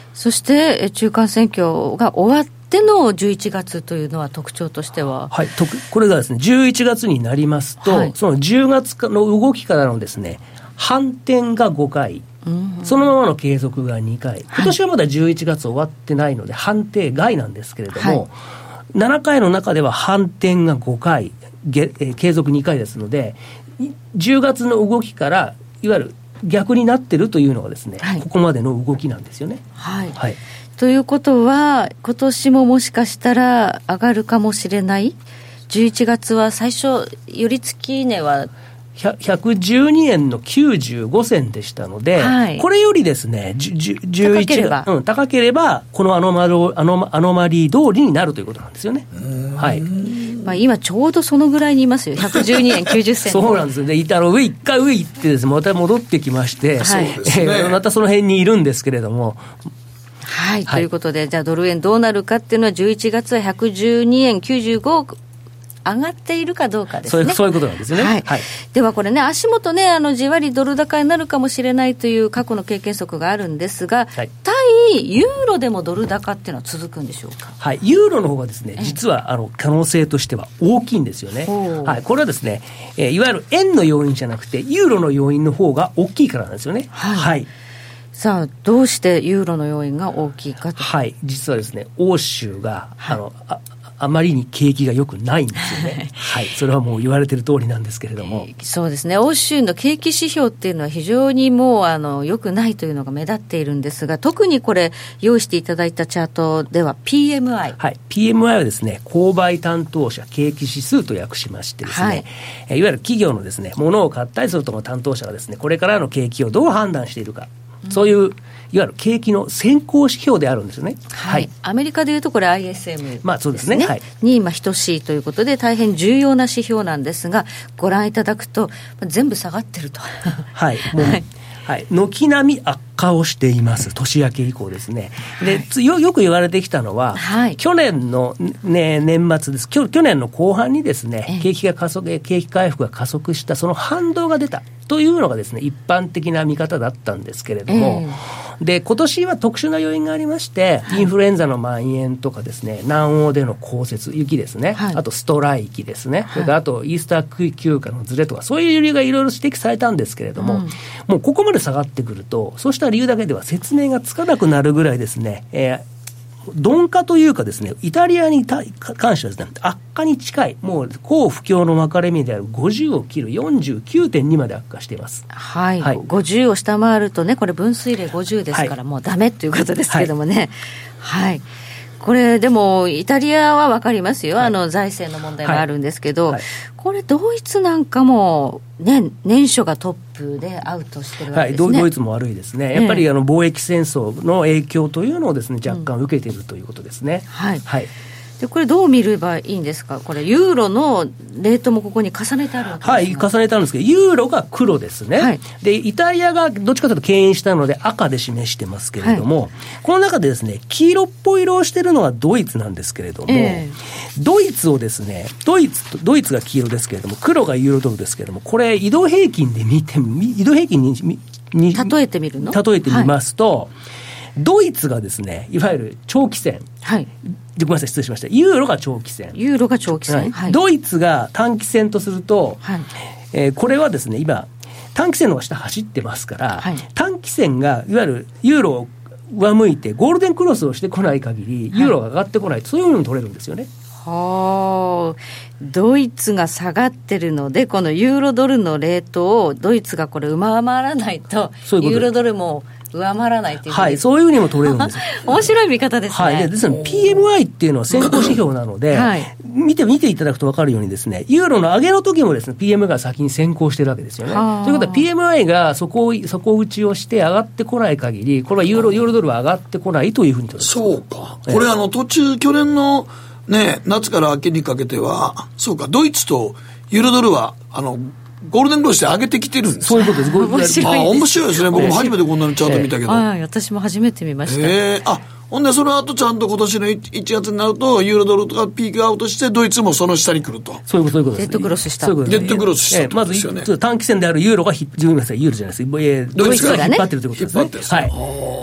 そして中間選挙が終わってのじゅういちがつというのは特徴としては、 はい、とこれがですねじゅういちがつになりますと、はい、そのじゅうがつの動きからのですね反転がごかい、うん、そのままの継続がにかい、今年はまだじゅういちがつ終わってないので判定外なんですけれども、はい、ななかいの中では反転がごかい、げえー、継続にかいですので、じゅうがつの動きからいわゆる逆になってるというのがですね、はい、ここまでの動きなんですよね。 はい、はい、ということは今年ももしかしたら上がるかもしれない。じゅういちがつは最初寄り付き値はひゃくじゅうにえんのきゅうじゅうごせんでしたので、はい、これよりですねじゅういちがつ、うん、高ければこのアノマロアノアノマリー通りになるということなんですよね。はい、 まあ、今ちょうどそのぐらいにいますよ。ひゃくじゅうにえんきゅうじゅっせんそうなんですよね。あの上一回上行ってですねまた戻ってきまして、はい、えー、またその辺にいるんですけれども、 はい、はい、ということでじゃあドル円どうなるかっていうのはじゅういちがつはひゃくじゅうにえんきゅうじゅうご上がっているかどうかですね。 そういう、そういうことなんですよね。 はいはい、ではこれね足元ねあのじわりドル高になるかもしれないという過去の経験則があるんですが、はい、対ユーロでもドル高っていうのは続くんでしょうか。 はい、ユーロの方がですね実はあの可能性としては大きいんですよね。はい、これはですね、えー、いわゆる円の要因じゃなくてユーロの要因の方が大きいからなんですよね。はい、はい、 さあどうしてユーロの要因が大きいかと。 はい、実はですね欧州が、はい、あのああまりに景気が良くないんですよね。はい、それはもう言われてる通りなんですけれども、 そうですね。欧州の景気指標っていうのは非常にもうあの良くないというのが目立っているんですが、特にこれ用意していただいたチャートでは ピーエムアイ、 はい、ピーエムアイ はですね購買担当者景気指数と訳しましてですね、はい、えいわゆる企業のですね物を買ったりするとの担当者がですねこれからの景気をどう判断しているか、うん、そういういわゆる景気の先行指標であるんですよね。 はい、はい、アメリカでいうとこれ アイエスエム ですね、 まあそうですね、はい、 に今等しいということで大変重要な指標なんですが、ご覧いただくと全部下がってるとはい、もう、はいはい、軒並み悪化をしています年明け以降ですね。で、はい、よ, よく言われてきたのは、はい、去年の、ね、年末です。去年の後半にですね景気が加速景気回復が加速したその反動が出たというのがですね一般的な見方だったんですけれども、えー、で今年は特殊な要因がありまして、インフルエンザの蔓延とかですね南欧での降雪雪ですね、はい、あとストライキですね、はい、それからあとイースター休暇のズレとかそういう理由がいろいろ指摘されたんですけれども、うん、もうここまで下がってくるとそうした理由だけでは説明がつかなくなるぐらいですね、えー鈍化というかですねイタリアに関してはですね悪化に近いもう高不況の分かれ目であるごじゅうを切る よんじゅうきゅうてんに まで悪化しています。 はい、はい、ごじゅうを下回るとねこれ分水嶺ごじゅうですから、はい、もうダメということですけどもね。はい、はい、これでもイタリアは分かりますよ、はい、あの財政の問題もあるんですけど、はいはい、これドイツなんかも、ね、年初がトップでアウトしてるわけですね。 はい、ドイツも悪いですね。やっぱりあの貿易戦争の影響というのをですね若干受けているということですね。 うん、はい、はい、でこれどう見ればいいんですか。これユーロのレートもここに重ねてあるわけですか。 はい、重ねてあるんですけどユーロが黒ですね。はい、でイタリアがどっちかというと牽引したので赤で示してますけれども、はい、この中でですね黄色っぽい色をしているのはドイツなんですけれども、えー、ドイツをですねドイツとドイツが黄色ですけれども黒がユーロドルですけれども、これ移動平均で見て移動平均にに例えてみるの例えてみますと、はい、ドイツがですねいわゆる長期戦、はい、ごめんなさい失礼しました。ユーロが長期戦ユーロが長期戦、はいはい、 ドイツが短期戦とすると、はい、えー、これはですね今短期戦の方が下走ってますから、はい、短期戦がいわゆるユーロを上向いてゴールデンクロスをしてこない限りユーロが上がってこない、はい、そういうふうに取れるんですよね。 はあ、ドイツが下がってるのでこのユーロドルのレートをドイツがこれ上回らないとユーロドルも上回らないという、 はい、そういうふうにも取れるんですよ面白い見方ですね。 はい、でですね ピーエムアイ っていうのは先行指標なので、はい、見て見ていただくと分かるようにですねユーロの上げの時もですね ピーエム が先に先行してるわけですよね。ということは ピーエムアイ が底底打ちをして上がってこない限りこれはユーロユーロドルは上がってこないというふうに取れる。 そうか、これあの途中去年のね夏から秋にかけてはそうかドイツとユーロドルはあのゴールデンクロスで上げてきてるんです。 そういうことです。 面白いです。 あ、面白いですね。僕も初めてこんなのチャート見たけど。 はい、私も初めて見ました。 えー、あ、ほんでその後ちゃんと今年のいちがつになるとユーロドルとかピークアウトしてドイツもその下に来ると。 そういうこと、そういうことです。 デッドクロスした。 デッドクロスしたとですよね。 まず短期戦であるユーロがひ、ごめんなさい、ユーロじゃないです。えー、ドイツが引っ張ってるということですね。引っ張ってる。はい。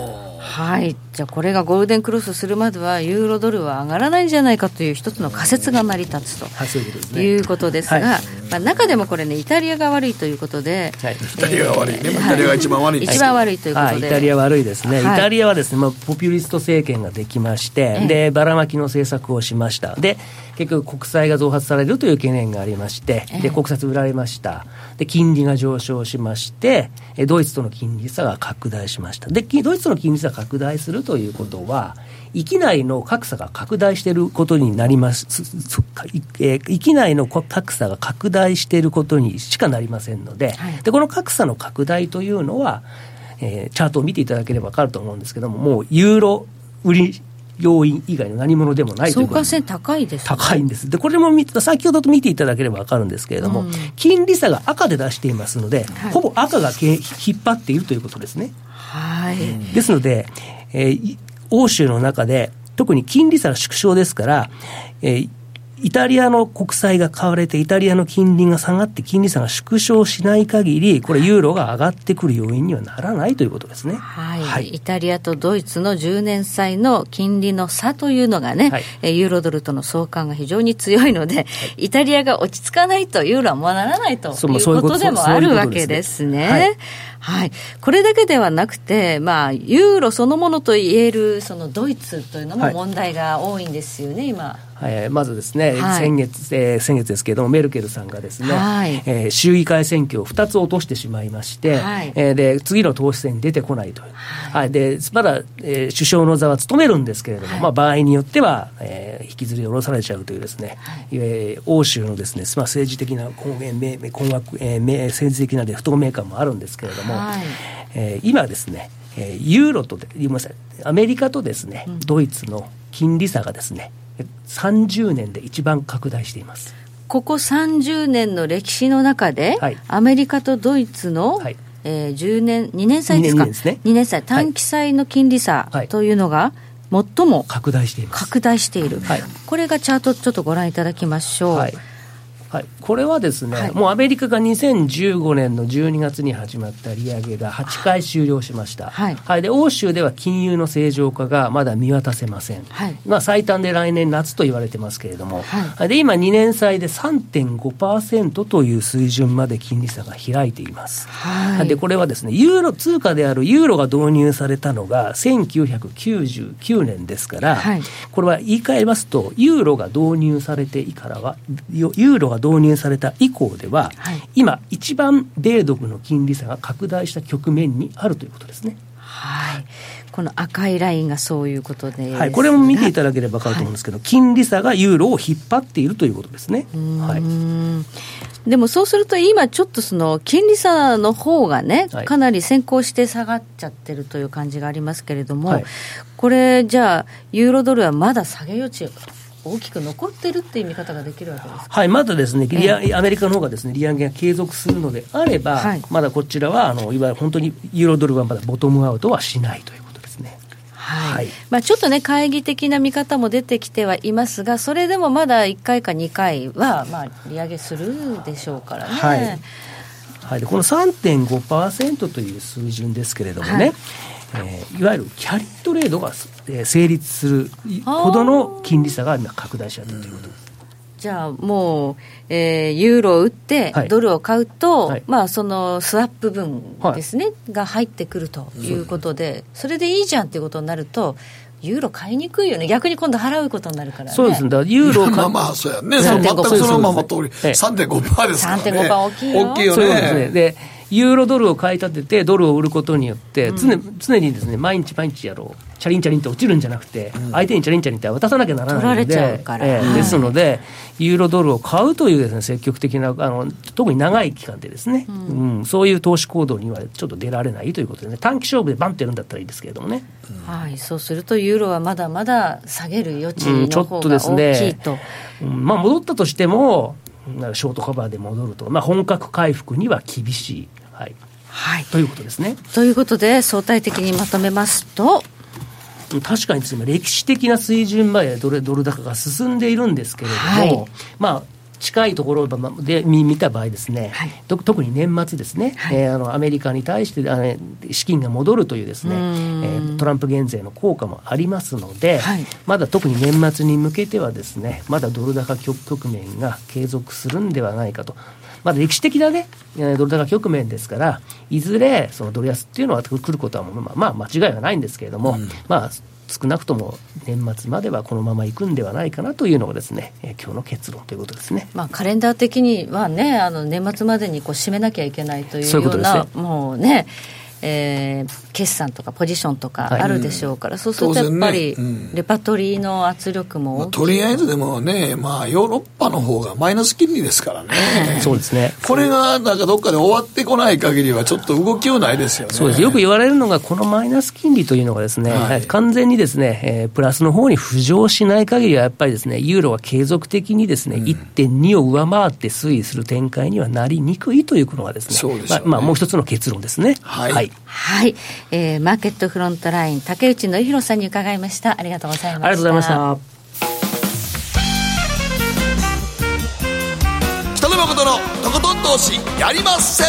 はい、じゃあこれがゴールデンクロスするまではユーロドルは上がらないんじゃないかという一つの仮説が成り立つと、はい、そういうことですね、いうことですが、はい、まあ、中でもこれねイタリアが悪いということで、はい、 イタリアが悪いね、えー、イタリアが一番悪いです、 一番悪いということで、 はい、イタリア悪いですね、はい、イタリアはですね、まあ、ポピュリスト政権ができまして、えー、でばらまきの政策をしました。で結局国債が増発されるという懸念がありまして、で国債売られました。で金利が上昇しまして、ドイツとの金利差が拡大しました。でドイツとの金利差が拡大するということは域内の格差が拡大していることになります。域内の格差が拡大していることにしかなりませんので、はい、でこの格差の拡大というのは、えー、チャートを見ていただければ分かると思うんですけども、もうユーロ売り要因以外の何物でもないということです。 相関性高いですね。 高いんです。でこれも先ほどと見ていただければ分かるんですけれども、うん、金利差が赤で出していますので、はい、ほぼ赤が引っ張っているということですね。 はい、 ですので、えー、欧州の中で特に金利差が縮小ですから、えーイタリアの国債が買われてイタリアの金利が下がって金利差が縮小しない限りこれユーロが上がってくる要因にはならないということですね。 はい、はい、イタリアとドイツのじゅうねん債の金利の差というのがね、はい、ユーロドルとの相関が非常に強いので、はい、イタリアが落ち着かないとユーロはもうならないということでもあるわけですね。はいはい、これだけではなくて、まあ、ユーロそのものといえるそのドイツというのも問題が多いんですよね、はい、今。 はい、まずですね、はい、先月、えー、先月ですけれどもメルケルさんがですね、はいえー、州議会選挙をふたつ落としてしまいまして、はいえー、で次の党首選に出てこないという、はいはい、でまだ、えー、首相の座は務めるんですけれども、はいまあ、場合によっては、えー、引きずり下ろされちゃうというですね、はいえー、欧州のですね、まあ、政治的な困惑、えー、政治的な不透明感もあるんですけれども、はいえー、今ですね、えー、ユーロと言いましたアメリカとですね、うん、ドイツの金利差がですねさんじゅうねんで一番拡大しています。 ここさんじゅうねんの歴史の中で、はい、アメリカとドイツの、はいえー、じゅうねんにねん債ですか、にねんですね、にねん債短期債の金利差というのが最も拡大しています。 拡大している、はい、これがチャートちょっとご覧いただきましょう。はいはい、これはですね、はい、もうアメリカがにせんじゅうごねんのじゅうにがつに始まった利上げがはちかい終了しました、はいはい、で欧州では金融の正常化がまだ見渡せません、はいまあ、最短で来年夏と言われてますけれども、はい、で今にねん債で さんてんごパーセント という水準まで金利差が開いています、はい、でこれはですねユーロ通貨であるユーロが導入されたのがせんきゅうひゃくきゅうじゅうきゅうねんですから、はい、これは言い換えますとユーロが導入されてからはユーロが導入された以降では、はい、今一番米ドルの金利差が拡大した局面にあるということですね。 はい、この赤いラインがそういうことですが、 はい、これも見ていただければ分かると思うんですけど、はい、金利差がユーロを引っ張っているということですね。はい、 でもそうすると今ちょっとその金利差の方がね、はい、かなり先行して下がっちゃってるという感じがありますけれども、はい、これじゃあユーロドルはまだ下げ余地大きく残ってるっていう見方ができるわけですか。 はい、まだですね、えー、アメリカの方がですね利上げが継続するのであれば、はい、まだこちらはあのいわゆる本当にユーロドルはまだボトムアウトはしないということですね。 はいはいまあ、ちょっとね懐疑的な見方も出てきてはいますが、それでもまだいっかいかにかいはまあ利上げするでしょうからね。はいはい、でこの さんてんごパーセント という水準ですけれどもね、はいえー、いわゆるキャリートレードが、えー、成立するほどの金利差が今拡大しちゃったということです。 じゃあもう、えー、ユーロを売ってドルを買うと、はいまあ、そのスワップ分ですね、はい、が入ってくるということで、それでいいじゃんということになるとユーロ買いにくいよね。逆に今度払うことになるからね。 そうですね。だからユーロをまあまあそうやね。全くそのまま通り さんてんごパーセント ですからね。 さんてんごパーセント 大きいよ。 大きいよね。 そうですね。でユーロドルを買い立ててドルを売ることによって常、うん、常にですね毎日毎日やろうチャリンチャリンと落ちるんじゃなくて、うん、相手にチャリンチャリンって渡さなきゃならないので取られちゃうから、 えー、ですのでユーロドルを買うというですね積極的なあの特に長い期間でですね、うんうん、そういう投資行動にはちょっと出られないということでね、短期勝負でバンってやるんだったらいいですけれどもね、 うんはい、そうするとユーロはまだまだ下げる余地の方が大きいと、うん、ちょっとですね、 うんまあ、戻ったとしてもショートカバーで戻ると、まあ、本格回復には厳しい、はいはい、ということですね。 ということで相対的にまとめますと確かにですね歴史的な水準までドル、ドル高が進んでいるんですけれども、はいまあ、 近いところで見た場合ですね、はい、特に年末ですね、はい、えー、あのアメリカに対してあの資金が戻るというですね、えー、トランプ減税の効果もありますので、はい、まだ特に年末に向けてはですね、まだドル高局面が継続するんではないかと。まだ歴史的なね、ドル高局面ですから、いずれそのドル安っていうのは来ることはまあ、まあ、間違いはないんですけれども、うん、まあ少なくとも年末まではこのままいくんではないかなというのがですね、えー、今日の結論ということですね。 まあ、カレンダー的にはね、あの年末までにこう締めなきゃいけないというような、そういうことですね。もうね、えー、決算とかポジションとかあるでしょうから、はい、そうするとやっぱりレパトリーの圧力も大きい、まあ、 とりあえずでもね、まあ、ヨーロッパの方がマイナス金利ですからねそうですね。 これがなんかどっかで終わってこない限りはちょっと動きようないですよね。 そうです。よく言われるのがこのマイナス金利というのがですね、はい、完全にですね、えー、プラスの方に浮上しない限りはやっぱりですね、ユーロは継続的にですね、うん、いってんに を上回って推移する展開にはなりにくいというのがですね、 そうでしょうね。 まあ、まあ、もう一つの結論ですね。 はい、 はいはい、えー、マーケットフロントライン竹内典弘さんに伺いました。ありがとうございました。 ありがとうございました。 北野誠のとことん投資やりません。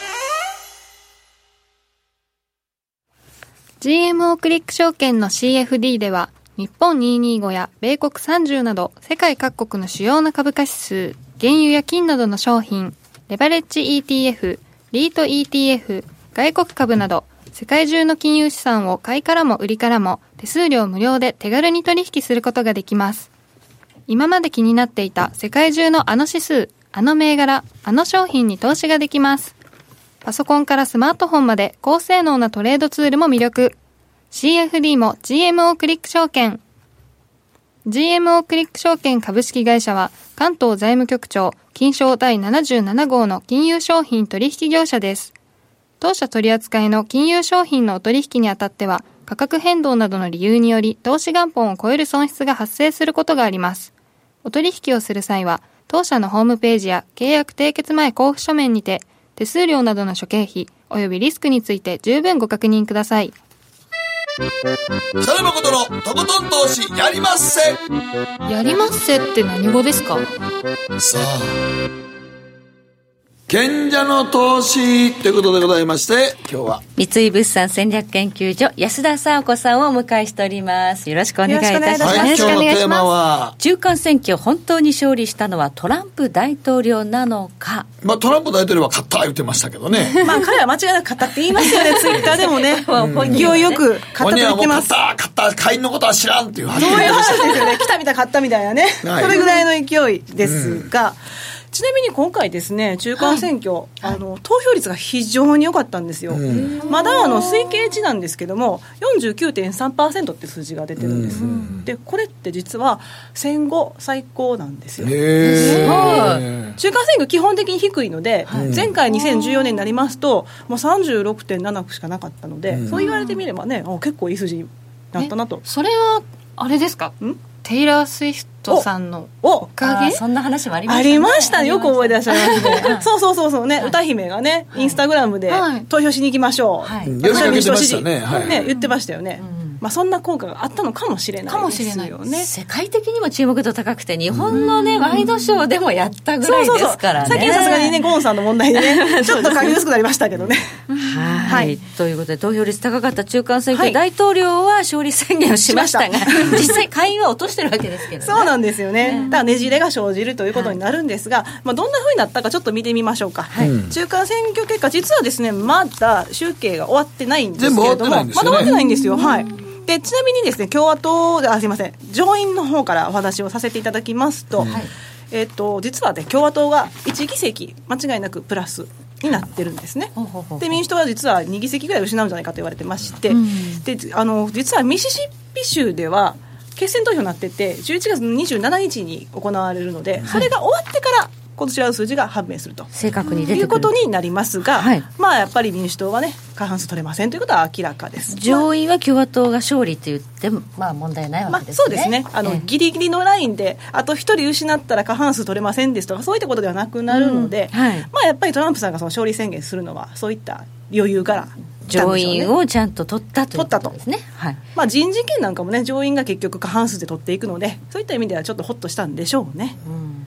ジーエムオー クリック証券の シーエフディー では日本にひゃくにじゅうごや米国さんじゅうなど世界各国の主要な株価指数、原油や金などの商品、レバレッジ イーティーエフ、リート イーティーエフ、外国株など世界中の金融資産を買いからも売りからも手数料無料で手軽に取引することができます。今まで気になっていた世界中のあの指数、あの銘柄、あの商品に投資ができます。パソコンからスマートフォンまで高性能なトレードツールも魅力。シーエフディー も ジーエムオー クリック証券。ジーエムオー クリック証券株式会社は関東財務局長金商だいななじゅうなな号の金融商品取引業者です。当社取扱いの金融商品のお取引にあたっては価格変動などの理由により投資元本を超える損失が発生することがあります。お取引をする際は当社のホームページや契約締結前交付書面にて手数料などの諸経費及びリスクについて十分ご確認ください。 北野誠のとことん投資やりまっせ。 やりまっせって何語ですか？ さあ、賢者の投資ということでございまして、今日は三井物産戦略研究所安田佐和子さんをお迎えしております。よろしくお願いいたします。 はい、今日のテーマは中間選挙本当に勝利したのはトランプ大統領なのか。 まあ、トランプ大統領は勝った言ってましたけどねまあ彼は間違いなく勝ったって言いますよねツイッターでもね勢いよく勝ったと言ってます。 勝った勝った会員のことは知らんっていう話そういう話ですよね来たみたい勝ったみたいなね、はい、それぐらいの勢いですが、うん、ちなみに今回ですね中間選挙、はい、あの投票率が非常に良かったんですよ、うん、まだあの推計値なんですけども よんじゅうきゅうてんさんパーセント って数字が出てるんです、うん、でこれって実は戦後最高なんですよ。 すごい。中間選挙基本的に低いので、はい、前回にせんじゅうよねんになりますともう さんじゅうろくてんなな しかなかったので、うん、そう言われてみればね結構いい数字になったなと。 それはあれですかんテイラー・スウィフトさんのおかげ。 そんな話もありましたね。 ありましたね。よく覚えてらっしゃいますねそうそうそうそうね、はい、歌姫がねインスタグラムで投票しに行きましょう、はい、 私は民主党支持、 ねはいね、言ってましたよね、うんまあ、そんな効果があったのかもしれないですよね。かもしれない。 世界的にも注目度高くて日本のねワイドショーでもやったぐらいですからね。 そうそうそう最近さすがにねゴーンさんの問題でねちょっと嗅ぎ薄くなりましたけどねはい、はい、ということで投票率高かった中間選挙、はい、大統領は勝利宣言をしましたが実際下院は落としてるわけですけどね。 そうなんですよね。だからねじれが生じるということになるんですが、はいまあ、どんな風になったかちょっと見てみましょうか、はい、中間選挙結果実はですねまだ集計が終わってないんですけれども、ね、まだ終わってないんですよ、はいでちなみにですね共和党であすいません上院の方からお話をさせていただきますと、はいえー、と実は、ね、共和党がいち議席間違いなくプラスになってるんですね。で民主党は実はに議席ぐらい失うんじゃないかと言われてまして、うん、であの実はミシシッピ州では決選投票になっててじゅういちがつのにじゅうしちにちに行われるので、はい、それが終わってからこちらの数字が判明すると正確に出てくるいうことになりますが、はいまあ、やっぱり民主党はね過半数取れませんということは明らかです。 上院は共和党が勝利と言っても、まあ、問題ないわけですね、 まあ、そうですねあの、えー、ギリギリのラインであとひとり失ったら過半数取れませんですとかそういったことではなくなるので、うんはいまあ、やっぱりトランプさんがその勝利宣言するのはそういった余裕から上院をちゃんと取ったということですね。はいまあ、人事権なんかもね上院が結局過半数で取っていくのでそういった意味ではちょっとホッとしたんでしょうね、 うん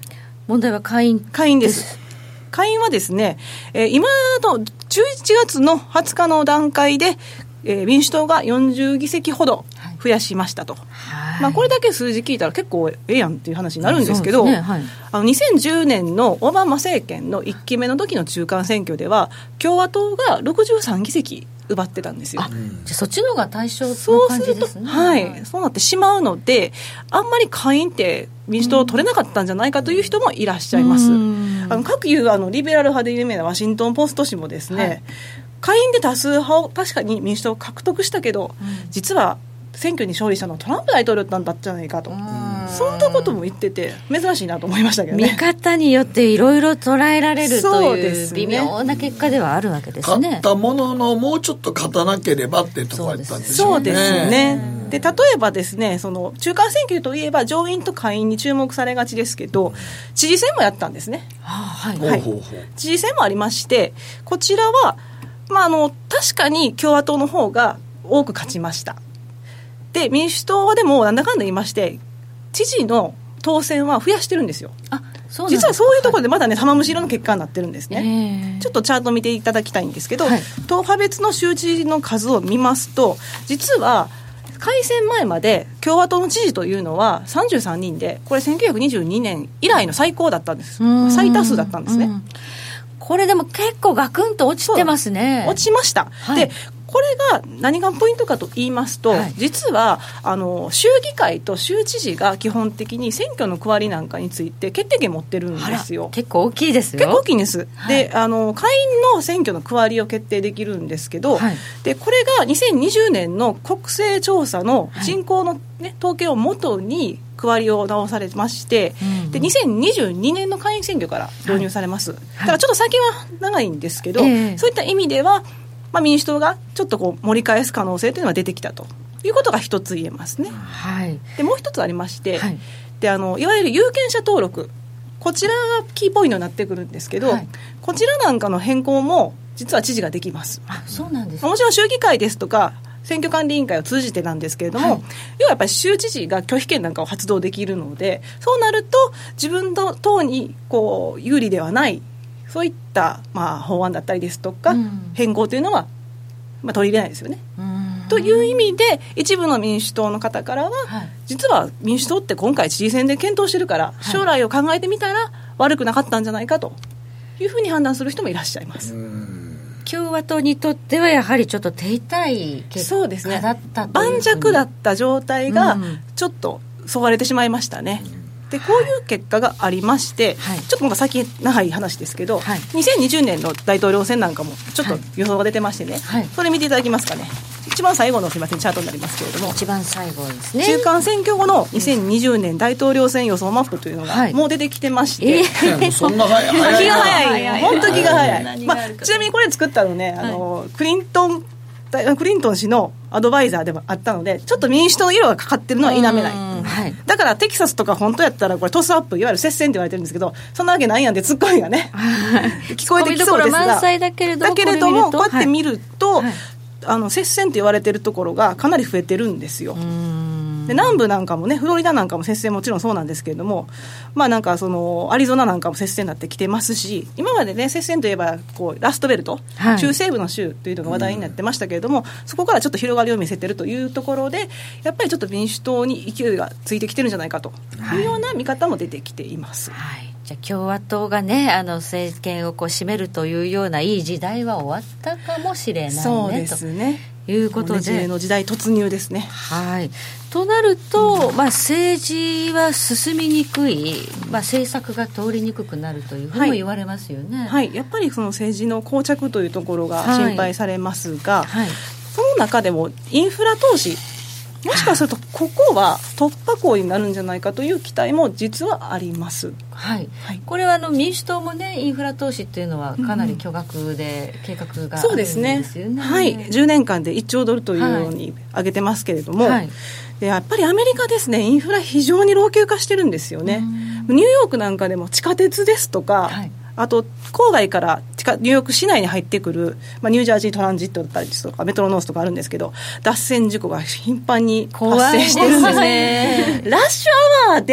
問題は下院下院です下院はですね、えー、今のじゅういちがつのはつかの段階で、えー、民主党がよんじゅうぎせきほど増やしましたと、はいまあ、これだけ数字聞いたら結構ええやんっていう話になるんですけど、ねはい、あのにせんじゅうねんのオバマ政権のいっきめの時の中間選挙では共和党がろくじゅうさんぎせき奪ってたんですよ。 あじゃあそっちの方が対象の感じですね。 はい、そうなってしまうのであんまり下院って民主党取れなかったんじゃないかという人もいらっしゃいます。あの各有あのリベラル派で有名なワシントンポスト紙もですね、はい、下院で多数派を確かに民主党を獲得したけど、うん、実は選挙に勝利したのはトランプ大統領だったんじゃないかと、そんなことも言ってて珍しいなと思いましたけどね。 見方によっていろいろ捉えられるという微妙な結果ではあるわけですね。 勝ったもののもうちょっと勝たなければってところだったんでしょうね。 そうですね。で例えばですねその中間選挙といえば上院と下院に注目されがちですけど知事選もやったんですね。 はいはい、知事選もありましてこちらは、まあ、あの確かに共和党の方が多く勝ちました。で民主党でもなんだかんだ言いまして知事の当選は増やしてるんですよ。 あそうなんですか。 実はそういうところでまだね玉虫色の結果になってるんですね。ちょっとチャート見ていただきたいんですけど、はい、党派別の州知事の数を見ますと実は改選前まで共和党の知事というのはさんじゅうさんにんでこれせんきゅうひゃくにじゅうにねん以来の最高だったんです。最多数だったんですね。 これでも結構ガクンと落ちてますね。 落ちました、はい、でこれが何がポイントかと言いますと、はい、実はあの州議会と州知事が基本的に選挙の区割りなんかについて決定権持ってるんですよ。 結構大きいですよ。 結構大きいんです、はい、であの下院の選挙の区割りを決定できるんですけど、はい、でこれがにせんにじゅうねんの国勢調査の人口の、ね、統計をもとに区割りを直されまして、うんうん、でにせんにじゅうにねんの下院選挙から導入されます、はい、だからちょっと先は長いんですけど、はい、そういった意味ではまあ、民主党がちょっとこう盛り返す可能性というのが出てきたということが一つ言えますね、 はい、 でもう一つありまして、はい、であのいわゆる有権者登録こちらがキーポイントになってくるんですけど、はい、こちらなんかの変更も実は知事ができます。 あそうなんですか。 もちろん州議会ですとか選挙管理委員会を通じてなんですけれども、はい、要はやっぱり州知事が拒否権なんかを発動できるのでそうなると自分の党にこう有利ではないそういった、まあ、法案だったりですとか、うん、変更というのは、まあ、取り入れないですよね。という意味で一部の民主党の方からは、はい、実は民主党って今回知事選で検討してるから、はい、将来を考えてみたら悪くなかったんじゃないかというふうに判断する人もいらっしゃいます。 共和党にとってはやはりちょっと手痛い結果だったという、そうですね、 盤石だった状態がちょっとそがれてしまいましたね。でこういう結果がありまして、はい、ちょっとなんか先長い話ですけど、はい、にせんにじゅうねんの大統領選なんかもちょっと予想が出てましてね、はい、それ見ていただけますかね。一番最後のすみませんチャートになりますけれども一番最後ですね。 中間選挙後のにせんにじゅうねん大統領選予想マップというのがもう出てきてまして、 はい、えー、そんな早い気が早い本当気が早い、まあ、ちなみにこれ作ったのねあの、はい、クリントンクリントン氏のアドバイザーでもあったのでちょっと民主党の色がかかってるのは否めない、はい、だからテキサスとか本当やったらこれトスアップいわゆる接戦って言われてるんですけどそんなわけないやんでツッコミがね聞こえてきそうですが満載だけれどもだけれどもこうやって見ると、はい、あの接戦って言われてるところがかなり増えてるんですよ。で南部なんかもねフロリダなんかも接戦もちろんそうなんですけれども、まあ、なんかそのアリゾナなんかも接戦になってきてますし今までね接戦といえばこうラストベルト、はい、中西部の州というのが話題になってましたけれどもそこからちょっと広がりを見せてるというところでやっぱりちょっと民主党に勢いがついてきてるんじゃないかというような見方も出てきています、 はいはい、じゃあ共和党がねあの政権をこう占めるというようないい時代は終わったかもしれないねそうですねということでねじれの時代突入ですね。 はい、となると、うんまあ、政治は進みにくい、まあ、政策が通りにくくなるというふうにも言われますよね。 はい、はい、やっぱりその政治の膠着というところが心配されますが、はいはい、その中でもインフラ投資もしかするとここは突破口になるんじゃないかという期待も実はあります、 はいはい、これはあの民主党もねインフラ投資っていうのはかなり巨額で計画があるんですよね、うん、そうですね、 はい、じゅうねんかんでいっちょうドルというように上げてますけれども、はい、でやっぱりアメリカですねインフラ非常に老朽化してるんですよね。ニューヨークなんかでも地下鉄ですとか、はいあと郊外からニューヨーク市内に入ってくる、まあ、ニュージャージートランジットだったりとかメトロノースとかあるんですけど脱線事故が頻繁に発生してるんですね。ラッシュアワーで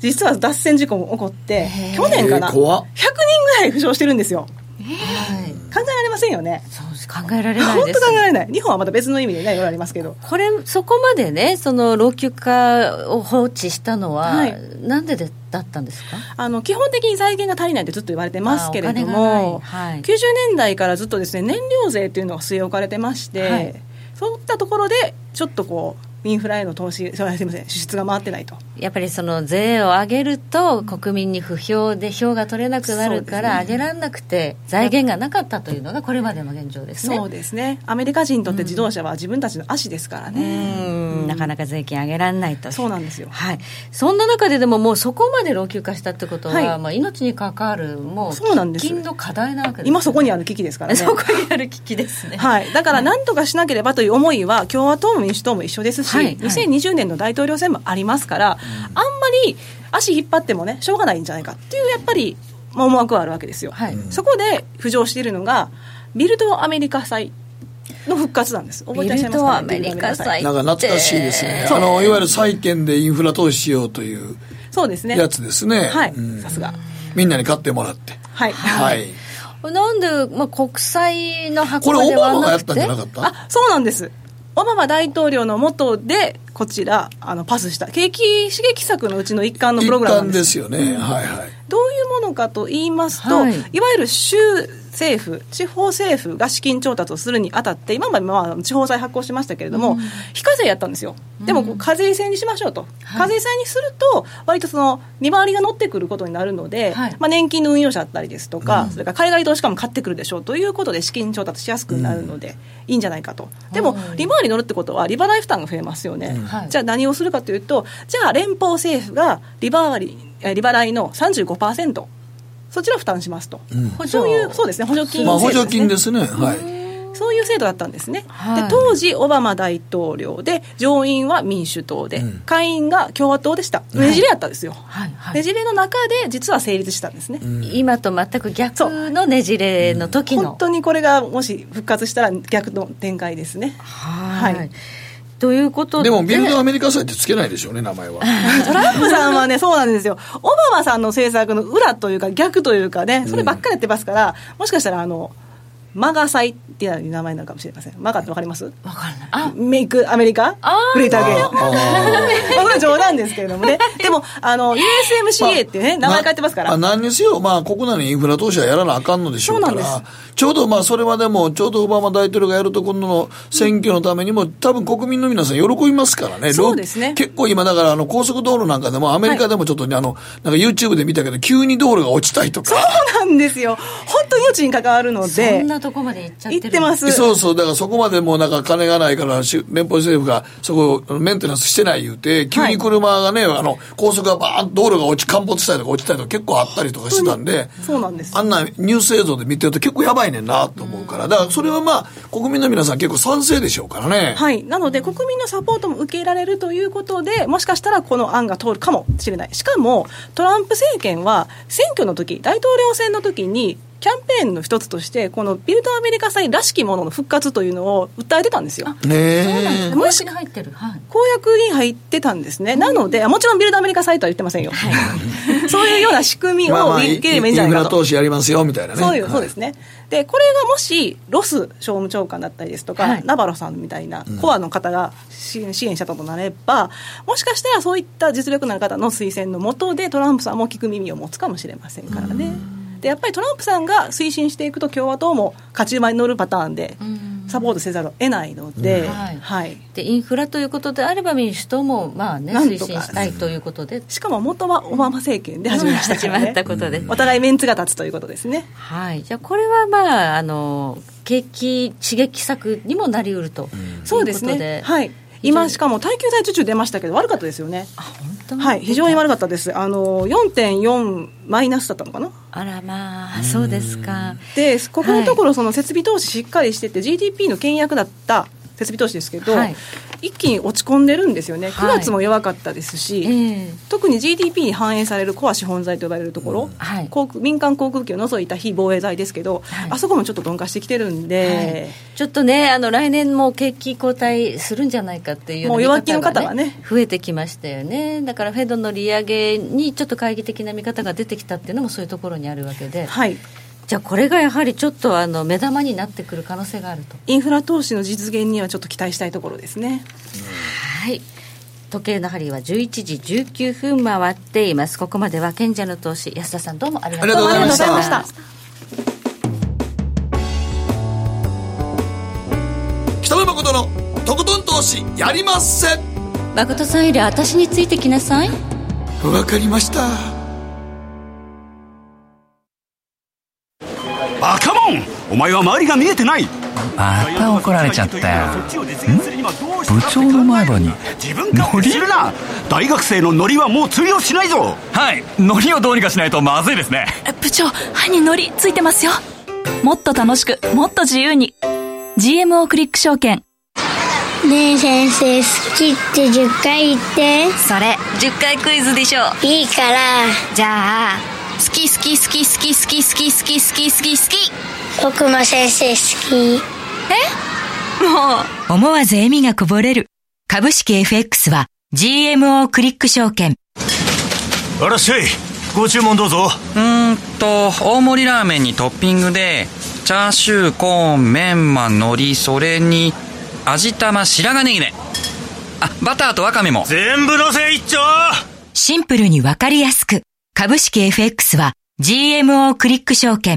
実は脱線事故も起こって去年かな、ひゃくにんぐらい負傷してるんですよ。考えられませんよね。 そうです、考えられないです。 本当考えられない。日本はまた別の意味でね、いろいろありますけど、 これそこまでね、その老朽化を放置したのは、はい、なんででだったんですか？ あの基本的に財源が足りないってずっと言われてますけれども、はい、きゅうじゅうねんだいからずっとですね、燃料税っていうのが据え置かれてまして、はい、そういったところでちょっとこうインフラへの投資、すみません、支出が回ってないと。 やっぱりその税を上げると国民に不評で票が取れなくなるから上げられなくて財源がなかったというのがこれまでの現状ですね。 そうですね。アメリカ人にとって自動車は自分たちの足ですからね、 うんうん、なかなか税金上げられないと。 そうなんですよ、 はい、そんな中ででももうそこまで老朽化したってことは、はい、まあ、命に関わるもう喫緊の課題なわけです、ね、 今そこにある危機ですからね。 そこにある危機ですね、 はい、だから何とかしなければという思いは共和党も民主党も一緒ですし、はいはい、にせんにじゅうねんの大統領選もありますから、うん、あんまり足引っ張ってもねしょうがないんじゃないかっていうやっぱり思惑はあるわけですよ、はい、そこで浮上しているのがビルドアメリカ祭の復活なんです。覚えてらっしゃいますか、ね、 ビルドアメリカ祭なんか懐かしいですね。あのいわゆる債券でインフラ投資しようというそうですねやつですね。 はい、さすがみんなに買ってもらってはい、 はい、 なんで、まあ、国債の箱これではなくてオバマがやったんじゃなかった？ あ、そうなんです。オバマ大統領の下でこちらあのパスした景気刺激策のうちの一環のプログラムなんです。 一環ですよね、うん、はいはい。 どういうものかと言いますと、はい、いわゆる州政府地方政府が資金調達をするにあたって今までまあ地方債発行しましたけれども、うん、非課税やったんですよ。でも課税制にしましょうと、うん、課税制にすると割とその利回りが乗ってくることになるので、はい、まあ、年金の運用者だったりですとか、うん、それから海外投資家も買ってくるでしょうということで資金調達しやすくなるので、うん、いいんじゃないかと。でも利回り乗るってことは利払い負担が増えますよね、うん、じゃあ何をするかというと、じゃあ連邦政府が利回り利払いの さんじゅうごパーセント そちらを負担しますと、うん、補助いうそうですね補助金、 まあ、補助金ですね、はい、 そういう制度だったんですね、 はい、 で当時オバマ大統領で上院は民主党で、うん、下院が共和党でした。ねじれやったんですよ、はいはい、ねじれの中で実は成立したんですね、うん、 今と全く逆のねじれの時の、 うん、本当にこれがもし復活したら逆の展開ですね。 はい、はい、ということで、 でもビルドアメリカ祭ってつけないでしょうね、名前は。 トランプさんはね、そうなんですよ。オバマさんの政策の裏というか逆というかね、そればっかりやってますから、うん、もしかしたらあのマガ祭っていう名前になるかもしれません。マガってわかります？ わかんない。あ、 メイクアメリカグレーターゲイン。これ冗談ですけれどもね。でもあの ユーエスエムシーエー っていうね、まあ、名前変えてますから。 まあ、何にせよ、まあ、国内のインフラ投資はやらなあかんのでしょうから。そうなんです。ちょうどまあそれまでもちょうどオバマ大統領がやると今度の選挙のためにも多分国民の皆さん喜びますからね。 そうですね。 結構今だからあの高速道路なんかでもアメリカでもちょっとね、はい、あのなんか YouTube で見たけど急に道路が落ちたりとか。 そうなんですよ。本当に命に関わるので。 そんなとこまで行っちゃってる。 行ってます。 そうそう。だからそこまでもうなんか金がないから連邦政府がそこをメンテナンスしてない言うて急に車がね、はい、あの高速がバーン道路が落ち陥没したりとか落ちたりとか結構あったりとかしてたんで。 そうなんです。 あんなニュース映像で見てると結構やばいねんなと思うから。だからそれはまあ国民の皆さん結構賛成でしょうからね。 はい。なので国民のサポートも受けられるということで、もしかしたらこの案が通るかもしれない。しかもトランプ政権は選挙の時、大統領選の時にキャンペーンの一つとしてこのビルドアメリカ祭らしきものの復活というのを訴えてたんですよ。 ね、 そうなんです。公約に入ってる、はい、 公約に入ってたんですね。なのでもちろんビルドアメリカ祭とは言ってませんよ、はい、そういうような仕組みを受ければいいんじゃないかと。 インフラ投資やりますよみたいなね。 そういう、そうですね。でこれがもしロス商務長官だったりですとか、はい、ナバロさんみたいなコアの方が支援したとなれば、うん、もしかしたらそういった実力のある方の推薦の下でトランプさんも聞く耳を持つかもしれませんからね。でやっぱりトランプさんが推進していくと共和党も勝ち馬に乗るパターンでサポートせざるを得ないので、うん、はいはい、 でインフラということであれば民主党もまあ、ね、推進したいということで、 しかも元はオバマ政権で始めましたからね、 始まったことで、 お互いメンツが立つということですね。 はい、じゃあこれはまああの景気刺激策にもなりうるということで、 うん、そうですね、はい、今しかも耐久財受注出ましたけど悪かったですよね。 あ、本当に、 はい、非常に悪かったです。あの よんてんよん マイナスだったのかな。 あらまあ、そうですか。 でここのところその設備投資しっかりしてて、はい、ジーディーピー の倹約だった設備投資ですけど、 はい、 一気に落ち込んでるんですよね。くがつも弱かったですし、はい、えー、特に ジーディーピー に反映されるコア資本財と呼ばれるところ、うん、はい、航空民間航空機を除いた非防衛財ですけど、はい、あそこもちょっと鈍化してきてるんで、 はい、ちょっとね、あの来年も景気後退するんじゃないかっていうような見方が、ね、もう弱気の方がね増えてきましたよね。だからフェドの利上げにちょっと懐疑的な見方が出てきたっていうのもそういうところにあるわけで、はい、じゃあこれがやはりちょっとあの目玉になってくる可能性があると。 インフラ投資の実現にはちょっと期待したいところですね。 はい、時計の針はじゅういちじじゅうきゅうふん回っています。ここまでは賢者の投資安田さんどうもありがとうございました。 北野誠のとことん投資やりまっせ。 誠さんより私についてきなさい。 わかりました。 バカモン、お前は周りが見えてない。 また怒られちゃったよ。部長の前歯に自分勝手にするな。大学生のノリはもう通用しないぞ。 はい、ノリをどうにかしないとまずいですね。 部長、歯にノリついてますよ。もっと楽しく、もっと自由に ジーエムオー クリック証券。 ねえ先生、好きってじゅっかい言って。 それじゅっかいクイズでしょ。 いいから。 じゃあ、好き好き好き好き好き好き好き好き好き好き。 僕も先生好き。 え？もう思わず笑みがこぼれる。株式 エフエックス は ジーエムオー クリック証券。 あらっしゃい、ご注文どうぞ。 うーんと大盛りラーメンにトッピングでチャーシュー、コーン、メンマ、海苔、それに味玉、白髪ネギね。あ、バターとワカメも全部のせ一丁。 シンプルにわかりやすく、株式 エフエックス は ジーエムオー クリック証券。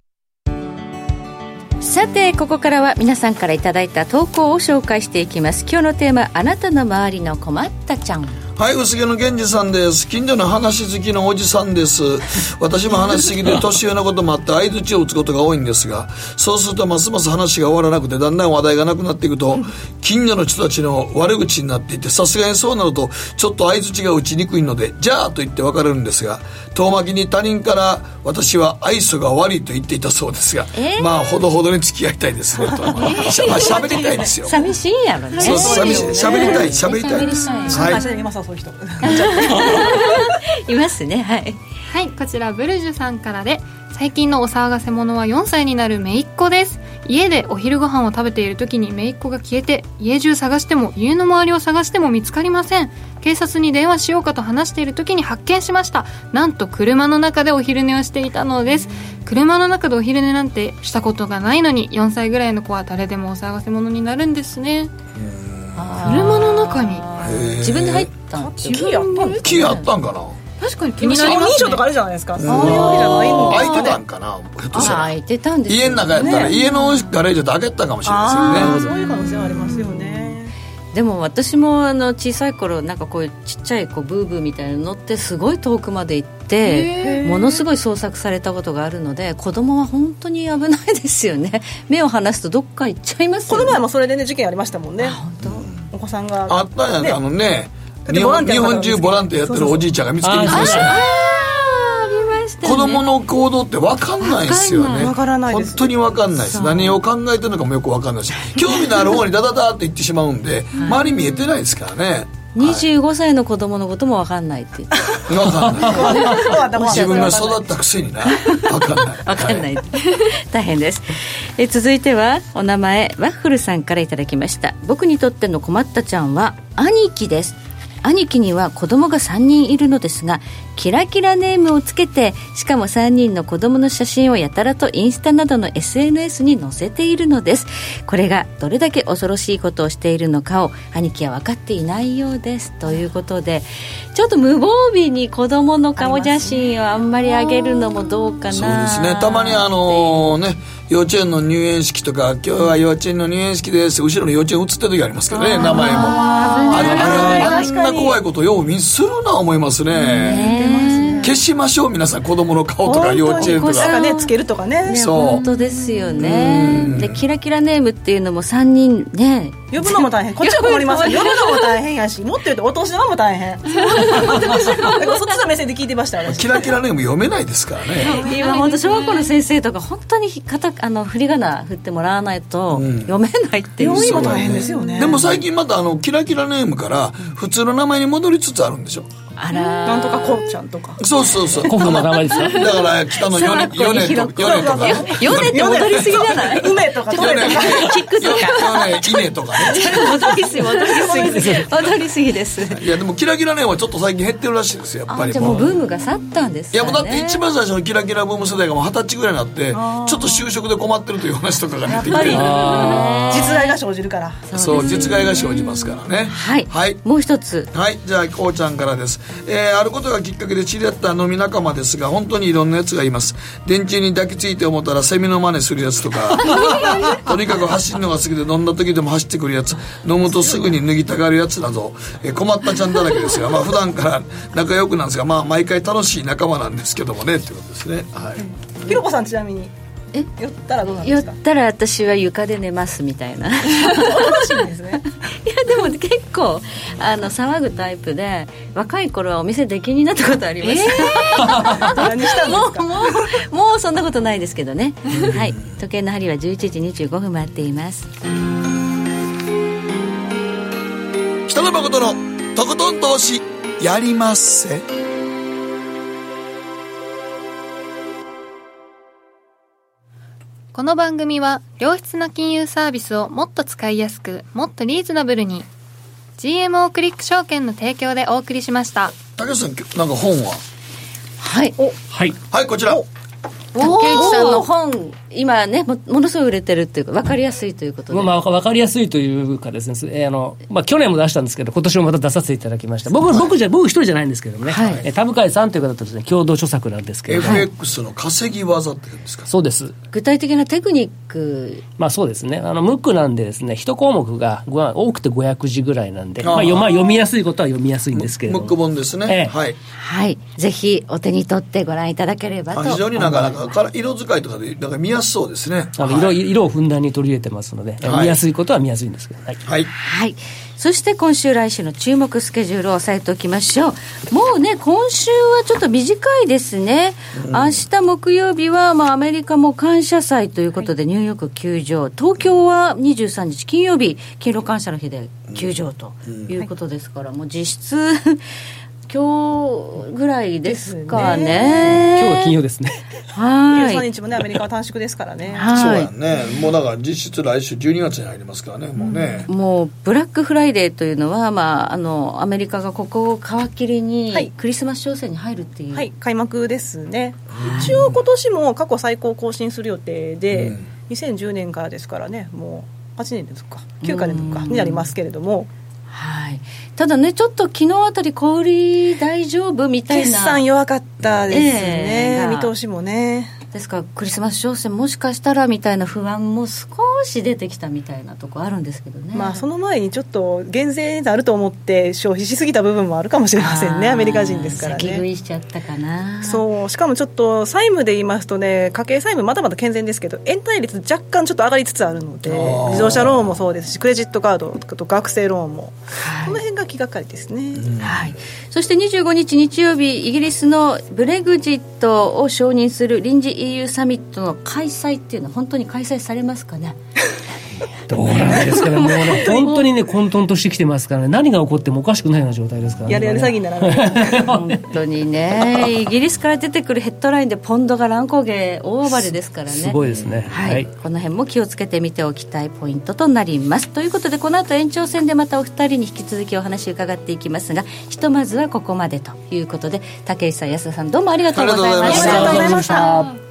さてここからは皆さんからいただいた投稿を紹介していきます。今日のテーマ、あなたの周りの困ったちゃん。 はい、薄毛の源氏さんです。近所の話好きのおじさんです。私も話しすぎて年上のこともあって相槌を打つことが多いんですが、そうするとますます話が終わらなくてだんだん話題がなくなっていくと近所の人たちの悪口になっていて、さすがにそうなるとちょっと相槌が打ちにくいのでじゃあと言って別れるんですが、遠巻きに他人から私は愛想が悪いと言っていたそうですが、えー、まあほどほどに付き合いたいですねと、まあ、しゃ、まあ、しゃべりたいですよ。 寂しいやろね。 そう、寂しい、しゃべりたい、しゃべりたいです。 はい、そういう人いますね。はい、 はい、こちらブルジュさんからで、最近のお騒がせ者はよんさいになる姪っ子です。家でお昼ご飯を食べている時に姪っ子が消えて、家中探しても家の周りを探しても見つかりません。警察に電話しようかと話している時に発見しました。なんと車の中でお昼寝をしていたのです。車の中でお昼寝なんてしたことがないのに、よんさいぐらいの子は誰でもお騒がせ者になるんですね。車の中に自分で入ったんキーあったんですかね。 キーあったんかな。 確かに気になりますね。 認証とかあるじゃないですか。そういうわけじゃないのか。 開いてたんかな。ひょっとしたら開いてたんですよ、ね、 家の中やったら、ね、家のガレージで開けたかもしれませんね。 そういう可能性はありますよね。 でも私もあの小さい頃、なんかこういうちっちゃいこうブーブーみたいなの乗ってすごい遠くまで行ってものすごい捜索されたことがあるので、子供は本当に危ないですよね。目を離すとどっか行っちゃいますよね。 この前もそれでね事件ありましたもんね。本当、うん、お子さんがあったんやね、あのね、日本、日本中ボランティアやってるおじいちゃんが見つけに来ましたね。子供の行動って分かんないですよね。 分からないです。 本当に分かんないです。何を考えてるのかもよく分かんないし、興味のある方にダダダって言ってしまうんで、周り見えてないですからね。 にじゅうごさいの子供のことも分かんないって言って分かんない自分が育ったくせにな分かんない分かんない、はい、大変です。え続いてはお名前ワッフルさんからいただきました。僕にとっての困ったちゃんは兄貴です。兄貴には子供がさんにんいるのですが、キラキラネームをつけて、しかもさんにんの子供の写真をやたらとインスタなどの エスエヌエス に載せているのです。これがどれだけ恐ろしいことをしているのかを兄貴は分かっていないようですということで、ちょっと無防備に子供の顔写真をあんまり上げるのもどうかな。 そうですね、たまにあのね、幼稚園の入園式とか、今日は幼稚園の入園式です、後ろの幼稚園写ってる時ありますけどね、名前もあれあれあんな怖いことよう見するな思いますね。 消しましょう皆さん、子供の顔とか幼稚園とかね、つけるとかね。 そう本当ですよね。でキラキラネームっていうのもさんにんね呼ぶのも大変、こっちは困ります呼ぶのも大変やし、もっと言うとお年玉も大変そっちの目線で聞いてました私。 キラキラネーム読めないですからね今本当小学校の先生とか本当に肩あの振り仮名振ってもらわないと読めないっていう、 うん、読みも大変ですよね。 でも最近またあのキラキラネームから普通の名前に戻りつつあるんでしょ。 あらなんとかこうちゃんとか。 そうそうそう。 古風な名前ですか。 だから北のヨネとかヨネとか。 ヨネって戻りすぎじゃない？ 梅とかトレとかキックとか。 ヨネイネとかね。 戻りすぎ戻りすぎ戻りすぎです。 いやでもキラキラネームはちょっと最近減ってるらしいですよやっぱり。 じゃあもうブームが去ったんですかね。 いやもうだって一番最初のキラキラブーム世代がもう二十歳ぐらいになってちょっと就職で困ってるという話とかが出てきて。 実害が生じるから。 そう実害が生じますからね。 はい。はい。もう一つ。 はい。じゃあこうちゃんからです。えー、あることがきっかけで知り合った飲み仲間ですが本当にいろんなやつがいます。電柱に抱きついて思ったらセミの真似するやつとかとにかく走るのが好きで飲んだ時でも走ってくるやつ、飲むとすぐに脱ぎたがるやつなど、えー、困ったちゃんだらけですが、まあ普段から仲良くなんですが、まあ毎回楽しい仲間なんですけどもねっていうことですね。はい。 ひろこさんちなみにえ寄ったらどうなんですか？ 寄ったら私は床で寝ますみたいな。 楽しいんですね。 いやでも結構あの騒ぐタイプで、若い頃はお店出禁になったことありました。えー、 何したんですか？ もうもうもうそんなことないですけどね。はい。時計の針はじゅういちじにじゅうごふん回っています。 北野誠のとことん投資やりまっせ。 この番組は良質な金融サービスをもっと使いやすくもっとリーズナブルに ジーエムオー クリック証券の提供でお送りしました。 竹内さんなんか本ははいおはいはいこちら竹内さんの本今ね も, ものすごい売れてるっていうか分かりやすいということで、 まあ、分かりやすいというかですね、えーあのまあ、去年も出したんですけど今年もまた出させていただきました。 僕, 僕, じゃ僕一人じゃないんですけどもね、はいえー、田向さんという方とですね共同著作なんですけど、 エフエックス の稼ぎ技って言うんですか？ そうです。 具体的なテクニック、 まあそうですね、あのムックなんでですねいち項目が多くてごひゃくじぐらいなんで、まあ、まあ読みやすいことは読みやすいんですけれども、 ムック本ですね、えー、はい、 はい、ぜひお手に取ってご覧いただければと。 非常になかなか色使いとかでなんか見やすそうですね。 あの 色,、はい、色をふんだんに取り入れてますので、はい、見やすいことは見やすいんですけど、はいはいはい、そして今週来週の注目スケジュールを押さえておきましょう。もうね今週はちょっと短いですね、うん、明日木曜日は、まあ、アメリカも感謝祭ということでニューヨーク休場、東京はにじゅうさんにち金曜日勤労感謝の日で休場ということですから、うん、もう実質今日ぐらいですか ね, ね今日は金曜ですね。 はいにじゅうさんにちもねアメリカは短縮ですからね。 はい、そうやね。もうだから実質来週じゅうにがつに入りますからね、もうね、 うん、もうブラックフライデーというのは、まあ、あのアメリカがここを皮切りにクリスマス商戦に入るっていう、 はい、開幕ですね。一応今年も過去最高更新する予定で、うん、にせんじゅうねんからですからね、もうはちねんですかきゅうかげつかになりますけれども、 はい、ただねちょっと昨日あたり小売り大丈夫みたいな決算弱かったですね、えー、見通しもね。 ですからクリスマス商戦もしかしたらみたいな不安も少し出てきたみたいなとこあるんですけどね。 まあその前にちょっと減税になると思って消費しすぎた部分もあるかもしれませんね。アメリカ人ですからね。 先食いしちゃったかな。 そうしかもちょっと債務で言いますとね、家計債務まだまだ健全ですけど円単位率若干ちょっと上がりつつあるので、自動車ローンもそうですしクレジットカードと学生ローンも、はい、この辺が気がかりですね、 うんはい、そしてにじゅうごにち日曜日イギリスのブレグジットを承認する臨時 イーユー サミットの開催っていうのは本当に開催されますかね。 どうなんですかね。もうね本当にね混沌としてきてますからね、何が起こってもおかしくないような状態ですからね。 やるやる詐欺にならない本当にねイギリスから出てくるヘッドラインでポンドが乱高下大暴れですからね。 すごいですね、 はいはい、この辺も気をつけてみておきたいポイントとなります。ということでこの後延長戦でまたお二人に引き続きお話を伺っていきますが、ひとまずはここまでということで、竹内さん安田さんどうもありがとうございました。 ありがとうございました。